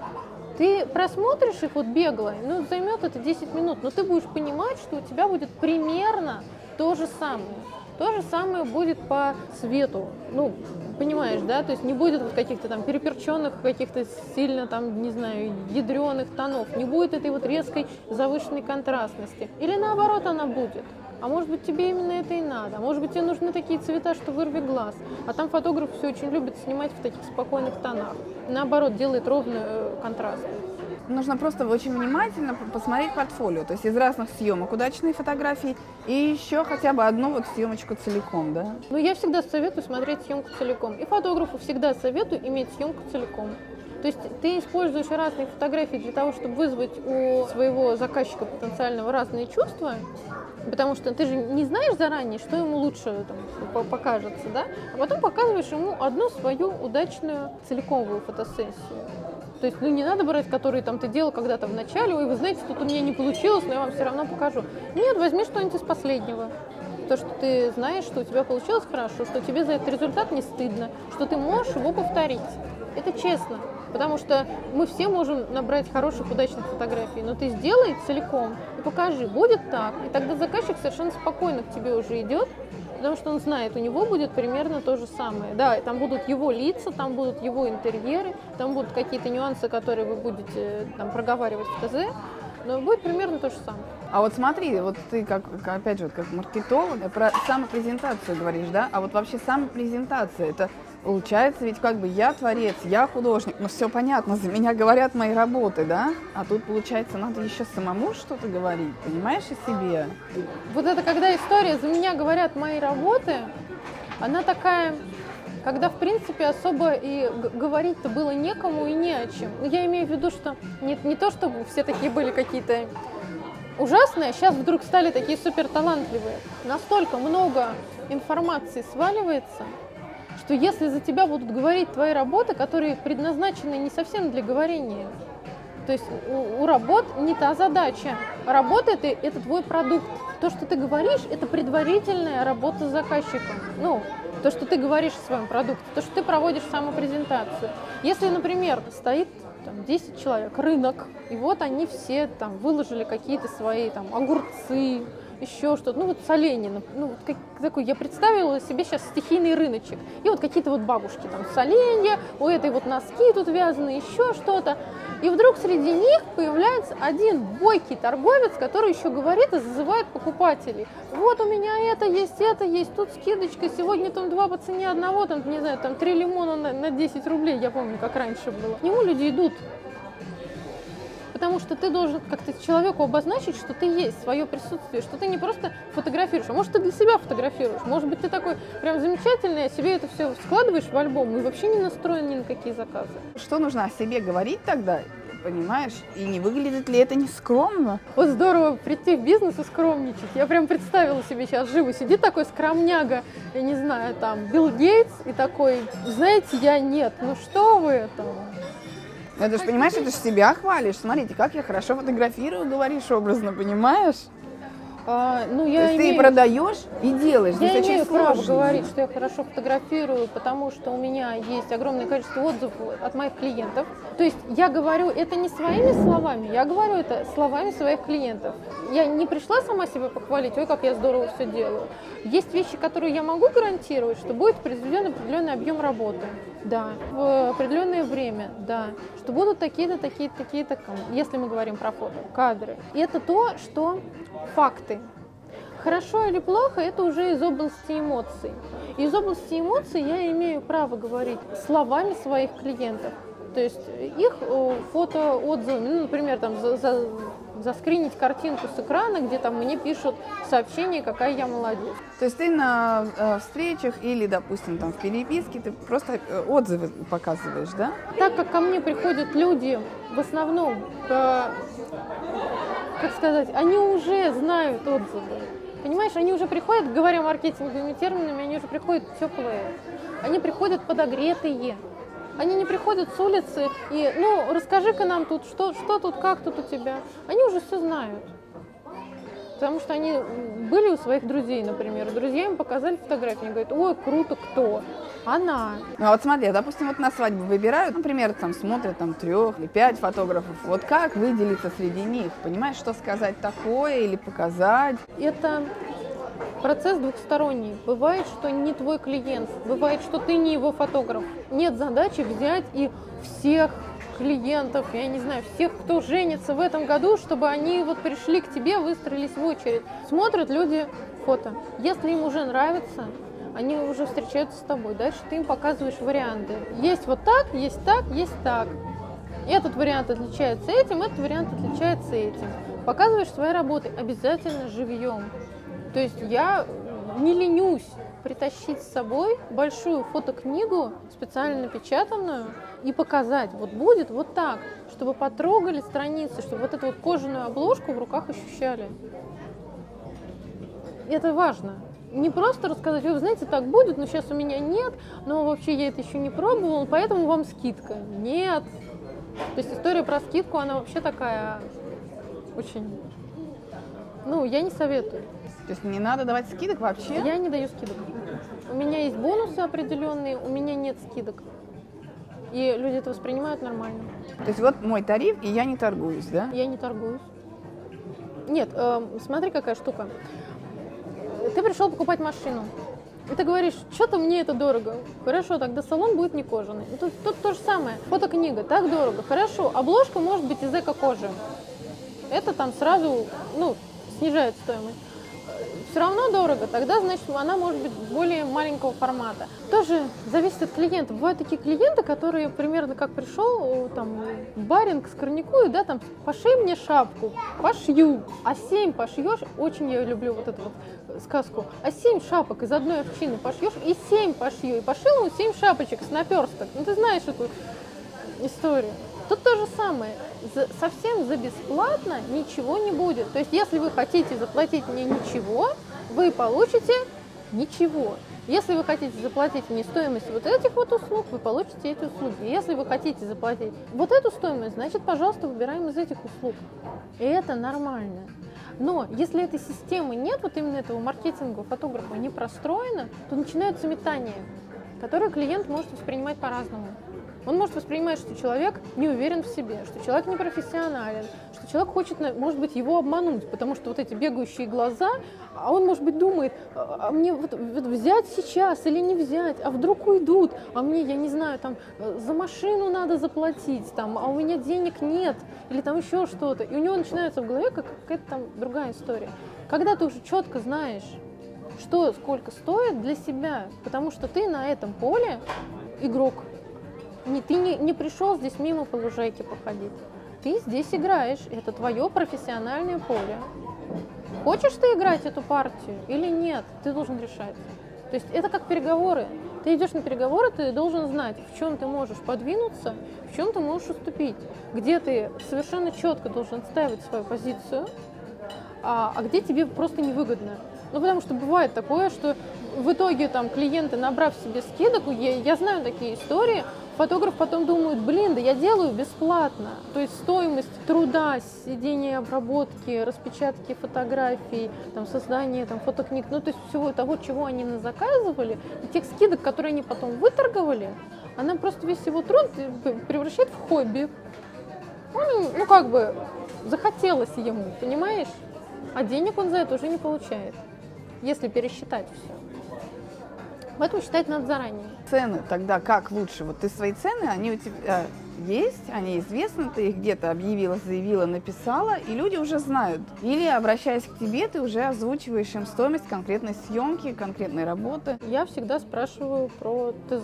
Ты просмотришь их вот бегло, ну, займет это десять минут, но ты будешь понимать, что у тебя будет примерно то же самое. То же самое будет по свету, ну, понимаешь, да, то есть не будет вот каких-то там переперченных, каких-то сильно там, не знаю, ядреных тонов, не будет этой вот резкой завышенной контрастности. Или наоборот она будет. А может быть, тебе именно это и надо. А может быть, тебе нужны такие цвета, что вырви глаз. А там фотограф все очень любит снимать в таких спокойных тонах. Наоборот, делает ровный э, контраст. Нужно просто очень внимательно посмотреть портфолио, то есть из разных съемок удачные фотографии и еще хотя бы одну вот съемочку целиком, да? Ну, я всегда советую смотреть съемку целиком. И фотографу всегда советую иметь съемку целиком. То есть ты используешь разные фотографии для того, чтобы вызвать у своего заказчика потенциального разные чувства, потому что ты же не знаешь заранее, что ему лучше там, покажется, да? А потом показываешь ему одну свою удачную целиковую фотосессию. То есть, ну, не надо брать, которые там ты делал когда-то в начале, ой, вы знаете, тут у меня не получилось, но я вам все равно покажу. Нет, возьми что-нибудь из последнего. То, что ты знаешь, что у тебя получилось хорошо, что тебе за этот результат не стыдно, что ты можешь его повторить. Это честно, потому что мы все можем набрать хороших, удачных фотографий, но ты сделай целиком и покажи, будет так. И тогда заказчик совершенно спокойно к тебе уже идет, потому что он знает, у него будет примерно то же самое. Да, там будут его лица, там будут его интерьеры, там будут какие-то нюансы, которые вы будете там проговаривать в ТЗ, но будет примерно то же самое. А вот смотри, вот ты как, опять же, как маркетолог, про самопрезентацию говоришь, да? А вот вообще самопрезентация, это получается ведь как бы я творец, я художник, ну все понятно, за меня говорят мои работы, да? А тут, получается, надо еще самому что-то говорить, понимаешь, о себе? Вот это когда история «за меня говорят мои работы», она такая, когда, в принципе, особо и говорить-то было некому и не о чем. Я имею в виду, что не, не то, чтобы все такие были какие-то ужасные, а сейчас вдруг стали такие суперталантливые. Настолько много информации сваливается, что если за тебя будут говорить твои работы, которые предназначены не совсем для говорения, то есть у, у работ не та задача. Работа это, – это твой продукт. То, что ты говоришь, это предварительная работа с заказчиком. Ну, то, что ты говоришь о своем продукте, то, что ты проводишь самопрезентацию. Если, например, стоит там, десять человек, рынок, и вот они все там выложили какие-то свои там огурцы, еще что-то, ну вот соленья, ну вот как, такой, я представила себе сейчас стихийный рыночек, и вот какие-то вот бабушки там соленья, у этой вот носки тут вязаны, еще что-то, и вдруг среди них появляется один бойкий торговец, который еще говорит и зазывает покупателей. Вот у меня это есть, это есть, тут скидочка, сегодня там два по цене одного, там, не знаю, там три лимона на, на десять рублей, я помню, как раньше было. К нему люди идут. Потому что ты должен как-то человеку обозначить, что ты есть, свое присутствие, что ты не просто фотографируешь, а может, ты для себя фотографируешь. Может быть, ты такой прям замечательный, а себе это все складываешь в альбом и вообще не настроен ни на какие заказы. Что нужно о себе говорить тогда, понимаешь? И не выглядит ли это не скромно? Вот здорово прийти в бизнес и скромничать. Я прям представила себе сейчас живо. Сидит такой скромняга, я не знаю, там, Билл Гейтс и такой, знаете, я нет, ну что вы там... Это же, понимаешь, это же себя хвалишь. Смотрите, как я хорошо фотографирую, говоришь образно, понимаешь? А, ну, я То есть имею... ты и продаешь, и делаешь. Я Здесь имею очень право сложно. говорить, что я хорошо фотографирую, потому что у меня есть огромное количество отзывов от моих клиентов. То есть я говорю это не своими словами, я говорю это словами своих клиентов. Я не пришла сама себя похвалить, ой, как я здорово все делаю. Есть вещи, которые я могу гарантировать, что будет произведен определенный объем работы. Да, в определенное время, да, что будут такие-то, такие-то, такие-то, если мы говорим про фото, кадры. И это то, что факты. Хорошо или плохо, это уже из области эмоций. Из области эмоций я имею право говорить словами своих клиентов. То есть их фото-отзывы, ну, например, там, за, за, заскринить картинку с экрана, где там мне пишут сообщение, какая я молодец. То есть ты на э, встречах или, допустим, там в переписке, ты просто э, отзывы показываешь, да? Так как ко мне приходят люди, в основном, э, как сказать, они уже знают отзывы. Понимаешь, они уже приходят, говоря маркетинговыми терминами, они уже приходят теплые. Они приходят подогретые. Они не приходят с улицы и, ну, расскажи-ка нам тут, что, что тут, как тут у тебя. Они уже все знают. Потому что они были у своих друзей, например. Друзья им показали фотографии. Они говорят, ой, круто, кто? Она. Ну а вот смотри, допустим, вот на свадьбу выбирают, например, там смотрят там трех или пять фотографов. Вот как выделиться среди них? Понимаешь, что сказать такое или показать? Это процесс двухсторонний. Бывает, что не твой клиент, бывает, что ты не его фотограф. Нет задачи взять и всех клиентов, я не знаю, всех, кто женится в этом году, чтобы они вот пришли к тебе, выстроились в очередь. Смотрят люди фото. Если им уже нравится, они уже встречаются с тобой. Дальше ты им показываешь варианты. Есть вот так, есть так, есть так. Этот вариант отличается этим, этот вариант отличается этим. Показываешь свои работы обязательно живьем. То есть я не ленюсь притащить с собой большую фотокнигу, специально напечатанную, и показать, вот будет вот так, чтобы потрогали страницы, чтобы вот эту вот кожаную обложку в руках ощущали. И это важно. Не просто рассказать, вы знаете, так будет, но сейчас у меня нет, но вообще я это еще не пробовала, поэтому вам скидка. Нет. То есть история про скидку, она вообще такая очень... Ну, я не советую. То есть не надо давать скидок вообще? Я не даю скидок. У меня есть бонусы определенные, у меня нет скидок. И люди это воспринимают нормально. То есть вот мой тариф, и я не торгуюсь, да? Я не торгуюсь. Нет, э, смотри, какая штука. Ты пришел покупать машину. И ты говоришь, что-то мне это дорого. Хорошо, тогда салон будет не кожаный. Тут, тут то же самое. Фотокнига, так дорого. Хорошо, обложка может быть из эко-кожи. Это там сразу, ну, снижает стоимость. Все равно дорого, тогда, значит, она может быть более маленького формата. Тоже зависит от клиента. Бывают такие клиенты, которые примерно как пришел, там, барин к скорняку, и, да, там, пошей мне шапку, пошью, а семь пошьешь, очень я люблю вот эту вот сказку, а семь шапок из одной овчины пошьешь, и семь пошью, и пошил ему семь шапочек с наперсток. Ну, ты знаешь эту историю. Тут то же самое. За, совсем за бесплатно ничего не будет. То есть, если вы хотите заплатить мне ничего, вы получите ничего. Если вы хотите заплатить мне стоимость вот этих вот услуг, вы получите эти услуги. Если вы хотите заплатить вот эту стоимость, значит, пожалуйста, выбираем из этих услуг. И это нормально. Но если этой системы нет, вот именно этого маркетинга фотографа не простроено, то начинаются метания, которые клиент может воспринимать по-разному. Он может воспринимать, что человек не уверен в себе, что человек не профессионален, что человек хочет, может быть, его обмануть, потому что вот эти бегающие глаза, а он, может быть, думает, а мне вот, вот взять сейчас или не взять, а вдруг уйдут, а мне, я не знаю, там, за машину надо заплатить, там, а у меня денег нет, или там еще что-то. И у него начинается в голове какая-то там другая история. Когда ты уже четко знаешь, что сколько стоит для себя, потому что ты на этом поле игрок. Не, ты не, не пришел здесь мимо по лужайке походить. Ты здесь играешь. Это твое профессиональное поле. Хочешь ты играть эту партию или нет, ты должен решать. То есть это как переговоры. Ты идешь на переговоры, ты должен знать, в чем ты можешь подвинуться, в чем ты можешь уступить. Где ты совершенно четко должен отстаивать свою позицию, а, а где тебе просто невыгодно. Ну, потому что бывает такое, что в итоге там клиенты, набрав себе скидок, я, я знаю такие истории, фотограф потом думает, блин, да я делаю бесплатно. То есть стоимость труда, сидения, обработки, распечатки фотографий, там, создания там, фотокниг, ну, то есть всего того, чего они заказывали, и тех скидок, которые они потом выторговали, она просто весь его труд превращает в хобби. Он, ну, как бы, захотелось ему, понимаешь? А денег он за это уже не получает, если пересчитать все. Поэтому считать надо заранее. Цены тогда как лучше? Вот ты свои цены, они у тебя есть, они известны, ты их где-то объявила, заявила, написала, и люди уже знают. Или, обращаясь к тебе, ты уже озвучиваешь им стоимость конкретной съемки, конкретной работы. Я всегда спрашиваю про ТЗ.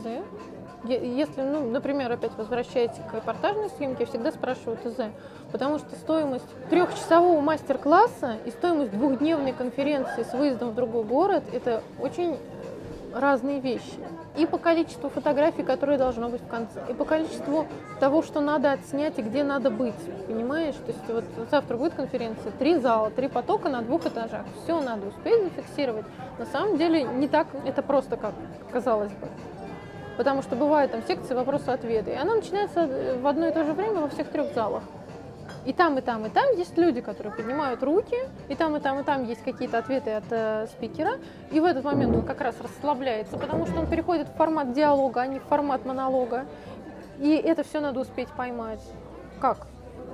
Если, ну, например, опять возвращаясь к репортажной съемке, я всегда спрашиваю ТЗ, потому что стоимость трехчасового мастер-класса и стоимость двухдневной конференции с выездом в другой город – это очень разные вещи. И по количеству фотографий, которые должно быть в конце, и по количеству того, что надо отснять и где надо быть. Понимаешь? То есть вот завтра будет конференция, три зала, три потока на двух этажах. Все надо успеть зафиксировать. На самом деле не так это просто, как казалось бы. Потому что бывают там секции вопросы-ответы. И она начинается в одно и то же время во всех трех залах. И там, и там, и там есть люди, которые поднимают руки, и там, и там, и там есть какие-то ответы от э, спикера, и в этот момент он как раз расслабляется, потому что он переходит в формат диалога, а не в формат монолога, и это все надо успеть поймать. Как?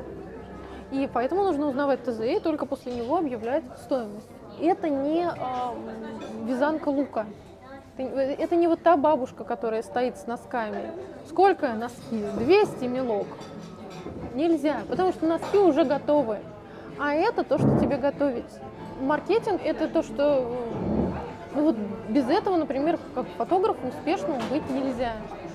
И поэтому нужно узнавать ТЗ, и только после него объявлять стоимость. Это не э, вязанка лука. Это не вот та бабушка, которая стоит с носками. Сколько носки? двести мелок. Нельзя, потому что носки уже готовы. А это то, что тебе готовить. Маркетинг – это то, что… Ну вот без этого, например, как фотографу успешному быть нельзя.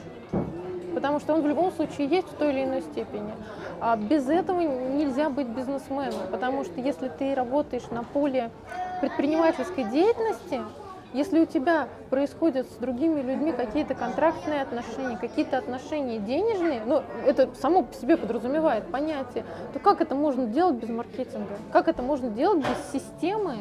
Потому что он в любом случае есть в той или иной степени. А без этого нельзя быть бизнесменом. Потому что если ты работаешь на поле предпринимательской деятельности, если у тебя происходят с другими людьми какие-то контрактные отношения, какие-то отношения денежные, ну, это само по себе подразумевает понятие, то как это можно делать без маркетинга? Как это можно делать без системы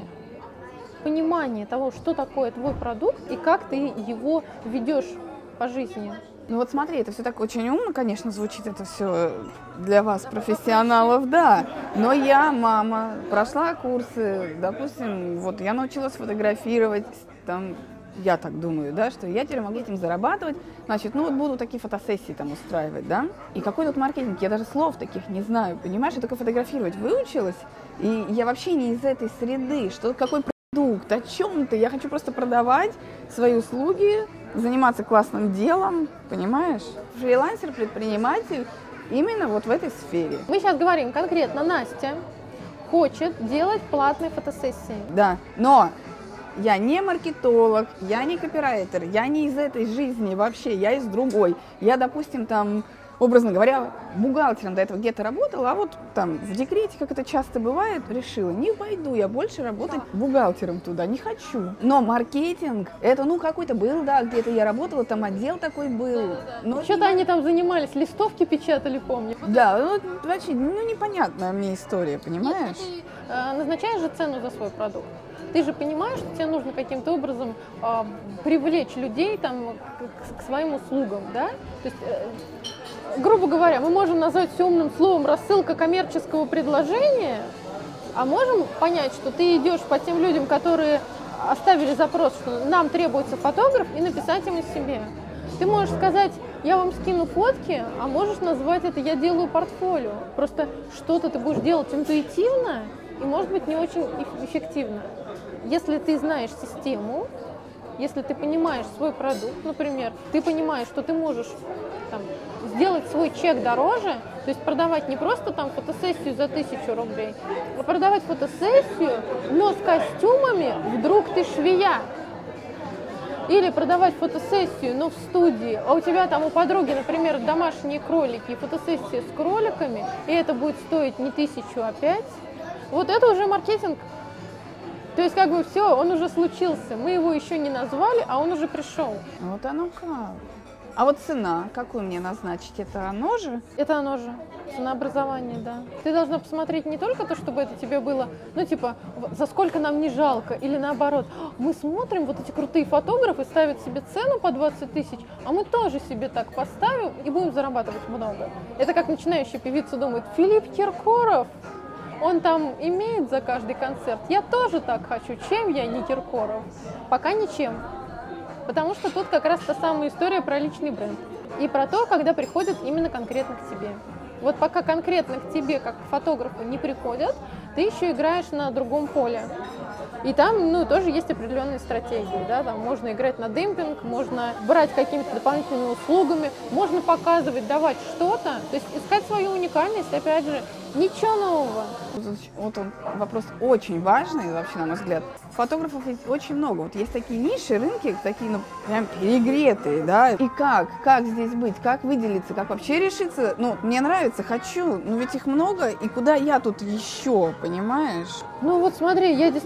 понимания того, что такое твой продукт и как ты его ведешь по жизни? Ну вот смотри, это все так очень умно, конечно, звучит это все для вас, профессионалов, да. Но я, мама, прошла курсы, допустим, вот я научилась фотографировать, там, я так думаю, да, что я теперь могу этим зарабатывать, значит, ну вот буду такие фотосессии там устраивать, да. И какой тут маркетинг, я даже слов таких не знаю, понимаешь, я только фотографировать выучилась, и я вообще не из этой среды, что какой продукт, о чем ты, я хочу просто продавать свои услуги, заниматься классным делом, понимаешь? Фрилансер, предприниматель именно вот в этой сфере. Мы сейчас говорим конкретно, Настя хочет делать платные фотосессии. Да, но я не маркетолог, я не копирайтер, я не из этой жизни вообще, я из другой. Я, допустим, там, образно говоря, бухгалтером до этого где-то работала, а вот там в декрете, как это часто бывает, решила, не пойду я больше работать бухгалтером туда, не хочу. Но маркетинг, это ну какой-то был, да, где-то я работала, там отдел такой был. Но что-то они там занимались, листовки печатали, помню. Да, ну вообще, ну непонятная мне история, понимаешь? Ты э, назначаешь же цену за свой продукт. Ты же понимаешь, что тебе нужно каким-то образом э, привлечь людей там, к, к своим услугам, да? То есть, э, грубо говоря, мы можем назвать все умным словом рассылка коммерческого предложения, а можем понять, что ты идешь по тем людям, которые оставили запрос, что нам требуется фотограф, и написать им о себе. Ты можешь сказать, я вам скину фотки, а можешь назвать это «я делаю портфолио». Просто что-то ты будешь делать интуитивно и, может быть, не очень эффективно. Если ты знаешь систему, если ты понимаешь свой продукт, например, ты понимаешь, что ты можешь там, сделать свой чек дороже, то есть продавать не просто там фотосессию за тысячу рублей, а продавать фотосессию, но с костюмами «вдруг ты швея». Или продавать фотосессию, но в студии, а у тебя там у подруги, например, домашние кролики и фотосессия с кроликами, и это будет стоить не тысячу, а пять. Вот это уже маркетинг. То есть как бы все, он уже случился, мы его еще не назвали, а он уже пришел. Вот оно как. А вот цена, какую мне назначить, это оно же? Это оно же, ценообразование, да. Ты должна посмотреть не только то, чтобы это тебе было, ну типа, за сколько нам не жалко, или наоборот, мы смотрим, вот эти крутые фотографы ставят себе цену по двадцать тысяч, а мы тоже себе так поставим и будем зарабатывать много. Это как начинающая певица думает, Филипп Киркоров, он там имеет за каждый концерт, я тоже так хочу, чем я не Киркоров? Пока ничем. Потому что тут как раз та самая история про личный бренд. И про то, когда приходят именно конкретно к тебе. Вот пока конкретно к тебе, как к фотографу, не приходят, ты еще играешь на другом поле. И там, ну, тоже есть определенные стратегии, да, там можно играть на демпинг, можно брать какими-то дополнительными услугами, можно показывать, давать что-то, то есть искать свою уникальность, опять же, ничего нового. Вот он вопрос очень важный, вообще, на мой взгляд. Фотографов ведь очень много. Вот есть такие ниши, рынки, такие, ну, прям перегретые, да. И как? Как здесь быть? Как выделиться? Как вообще решиться? Ну, мне нравится, хочу, но ведь их много, и куда я тут еще, понимаешь? Ну вот смотри, я действительно вижу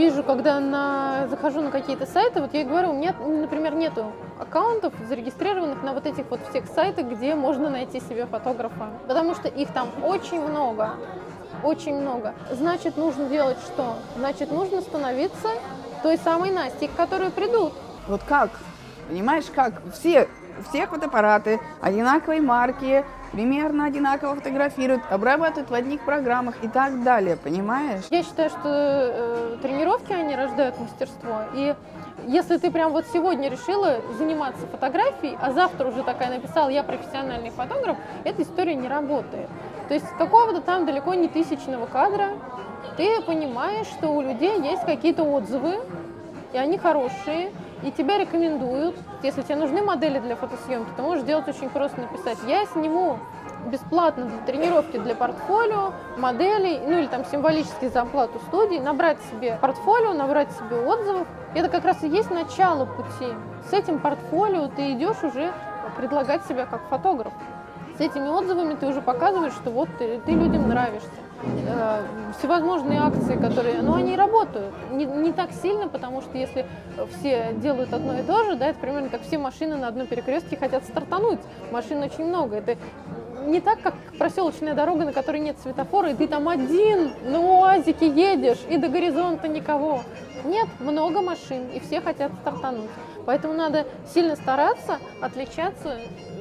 вижу, когда на, захожу на какие-то сайты, вот я и говорю, у меня, например, нету аккаунтов зарегистрированных на вот этих вот всех сайтах, где можно найти себе фотографа, потому что их там очень много, очень много. Значит, нужно делать что? Значит, нужно становиться той самой Настей, к которой придут. Вот как? Понимаешь, как? Все, все фотоаппараты одинаковой марки, примерно одинаково фотографируют, обрабатывают в одних программах и так далее, понимаешь? Я считаю, что э, тренировки, они рождают мастерство. И если ты прям вот сегодня решила заниматься фотографией, а завтра уже такая написала, я профессиональный фотограф, эта история не работает. То есть с какого-то там далеко не тысячного кадра ты понимаешь, что у людей есть какие-то отзывы, и они хорошие, и тебя рекомендуют. Если тебе нужны модели для фотосъемки, ты можешь делать очень просто, написать: я сниму бесплатно для тренировки для портфолио, моделей, ну или там символически за оплату студии, набрать себе портфолио, набрать себе отзывов. Это как раз и есть начало пути. С этим портфолио ты идешь уже предлагать себя как фотограф. С этими отзывами ты уже показываешь, что вот ты, ты людям нравишься. Э, всевозможные акции, которые, ну, они работают. Не, не так сильно, потому что если все делают одно и то же, да, это примерно как все машины на одном перекрестке хотят стартануть. Машин очень много. Это не так, как проселочная дорога, на которой нет светофора, и ты там один на УАЗике едешь, и до горизонта никого. Нет, много машин, и все хотят стартануть. Поэтому надо сильно стараться, отличаться.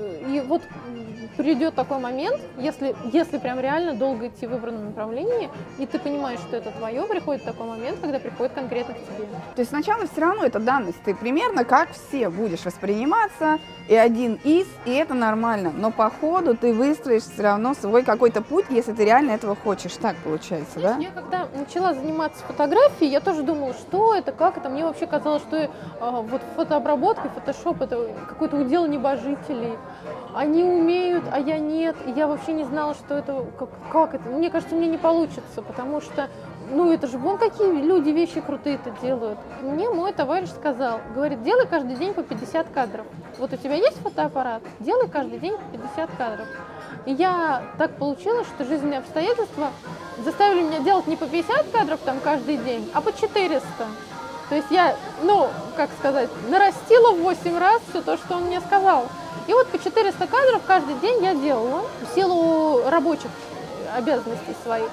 И вот придет такой момент, если, если прям реально долго идти в выбранном направлении, и ты понимаешь, что это твое, приходит такой момент, когда приходит конкретно к тебе. То есть сначала все равно это данность, ты примерно как все будешь восприниматься, и один из, и это нормально, но по ходу ты выстроишь все равно свой какой-то путь, если ты реально этого хочешь, так получается, да? Я когда начала заниматься фотографией, я тоже думала, что это, как это, мне вообще казалось, что э, вот фотообработка, фотошоп — это какой-то удел небожителей. Они умеют, а я нет, и я вообще не знала, что это, как, как это. Мне кажется, мне не получится, потому что, ну, это же вон какие люди вещи крутые-то делают. Мне мой товарищ сказал, говорит, делай каждый день по пятьдесят кадров. Вот у тебя есть фотоаппарат, делай каждый день по пятьдесят кадров. И я, так получилось, что жизненные обстоятельства заставили меня делать не по пятьдесят кадров там каждый день, а по четыреста. То есть я, ну, как сказать, нарастила в восемь раз все то, что он мне сказал. И вот по четыреста кадров каждый день я делала в силу рабочих обязанностей своих.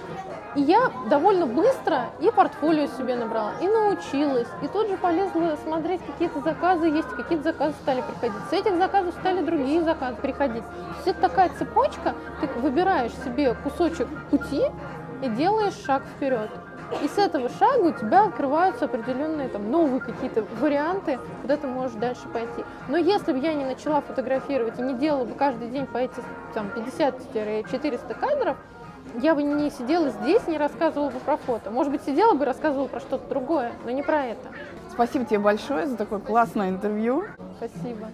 И я довольно быстро и портфолио себе набрала, и научилась, и тут же полезла смотреть, какие-то заказы есть, какие-то заказы стали приходить. С этих заказов стали другие заказы приходить. То есть это такая цепочка, ты выбираешь себе кусочек пути и делаешь шаг вперед. И с этого шага у тебя открываются определенные там новые какие-то варианты, куда ты можешь дальше пойти. Но если бы я не начала фотографировать и не делала бы каждый день по эти там пятьдесят-четыреста кадров, я бы не сидела здесь, не рассказывала бы про фото. Может быть, сидела бы и рассказывала про что-то другое, но не про это. Спасибо тебе большое за такое классное интервью. Спасибо.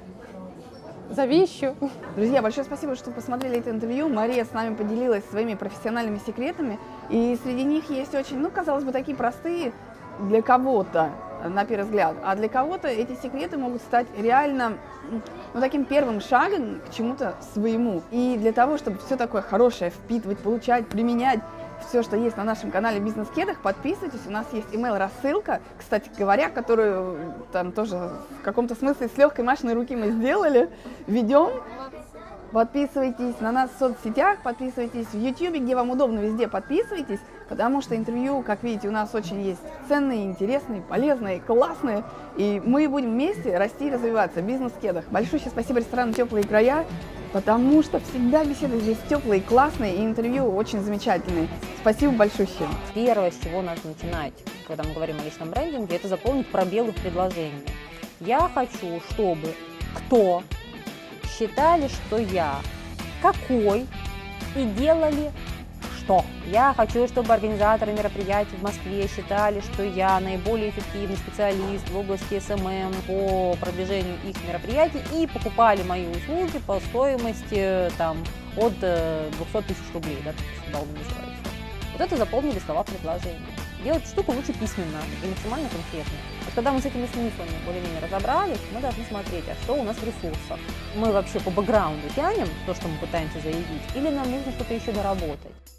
Зови еще. Друзья, большое спасибо, что посмотрели это интервью. Мария с нами поделилась своими профессиональными секретами. И среди них есть очень, ну, казалось бы, такие простые для кого-то, на первый взгляд. А для кого-то эти секреты могут стать реально, ну, таким первым шагом к чему-то своему. И для того, чтобы все такое хорошее впитывать, получать, применять, все, что есть на нашем канале «Бизнес-кедах», подписывайтесь. У нас есть email-рассылка, кстати говоря, которую там тоже в каком-то смысле с легкой Машиной руки мы сделали. Ведем. Подписывайтесь на нас в соцсетях, подписывайтесь в YouTube, где вам удобно, везде подписывайтесь, потому что интервью, как видите, у нас очень есть ценные, интересные, полезные, классные. И мы будем вместе расти и развиваться в «Бизнес-кедах». Большое спасибо ресторану «Теплые края», потому что всегда беседы здесь теплые, классные, и интервью очень замечательные. Спасибо большое. Первое, с чего надо начинать, когда мы говорим о личном брендинге, это заполнить пробелы в предложении. Я хочу, чтобы кто считали, что я какой и делали что. Я хочу, чтобы организаторы мероприятий в Москве считали, что я наиболее эффективный специалист в области эс эм эм по продвижению их мероприятий и покупали мои услуги по стоимости там, от двухсот тысяч рублей, да, долго называется. Вот это заполнили слова предложения. Делать штуку лучше письменно и максимально конкретно. Вот когда мы с этими смыслами более-менее разобрались, мы должны смотреть, а что у нас в ресурсах. Мы вообще по бэкграунду тянем то, что мы пытаемся заявить, или нам нужно что-то еще доработать.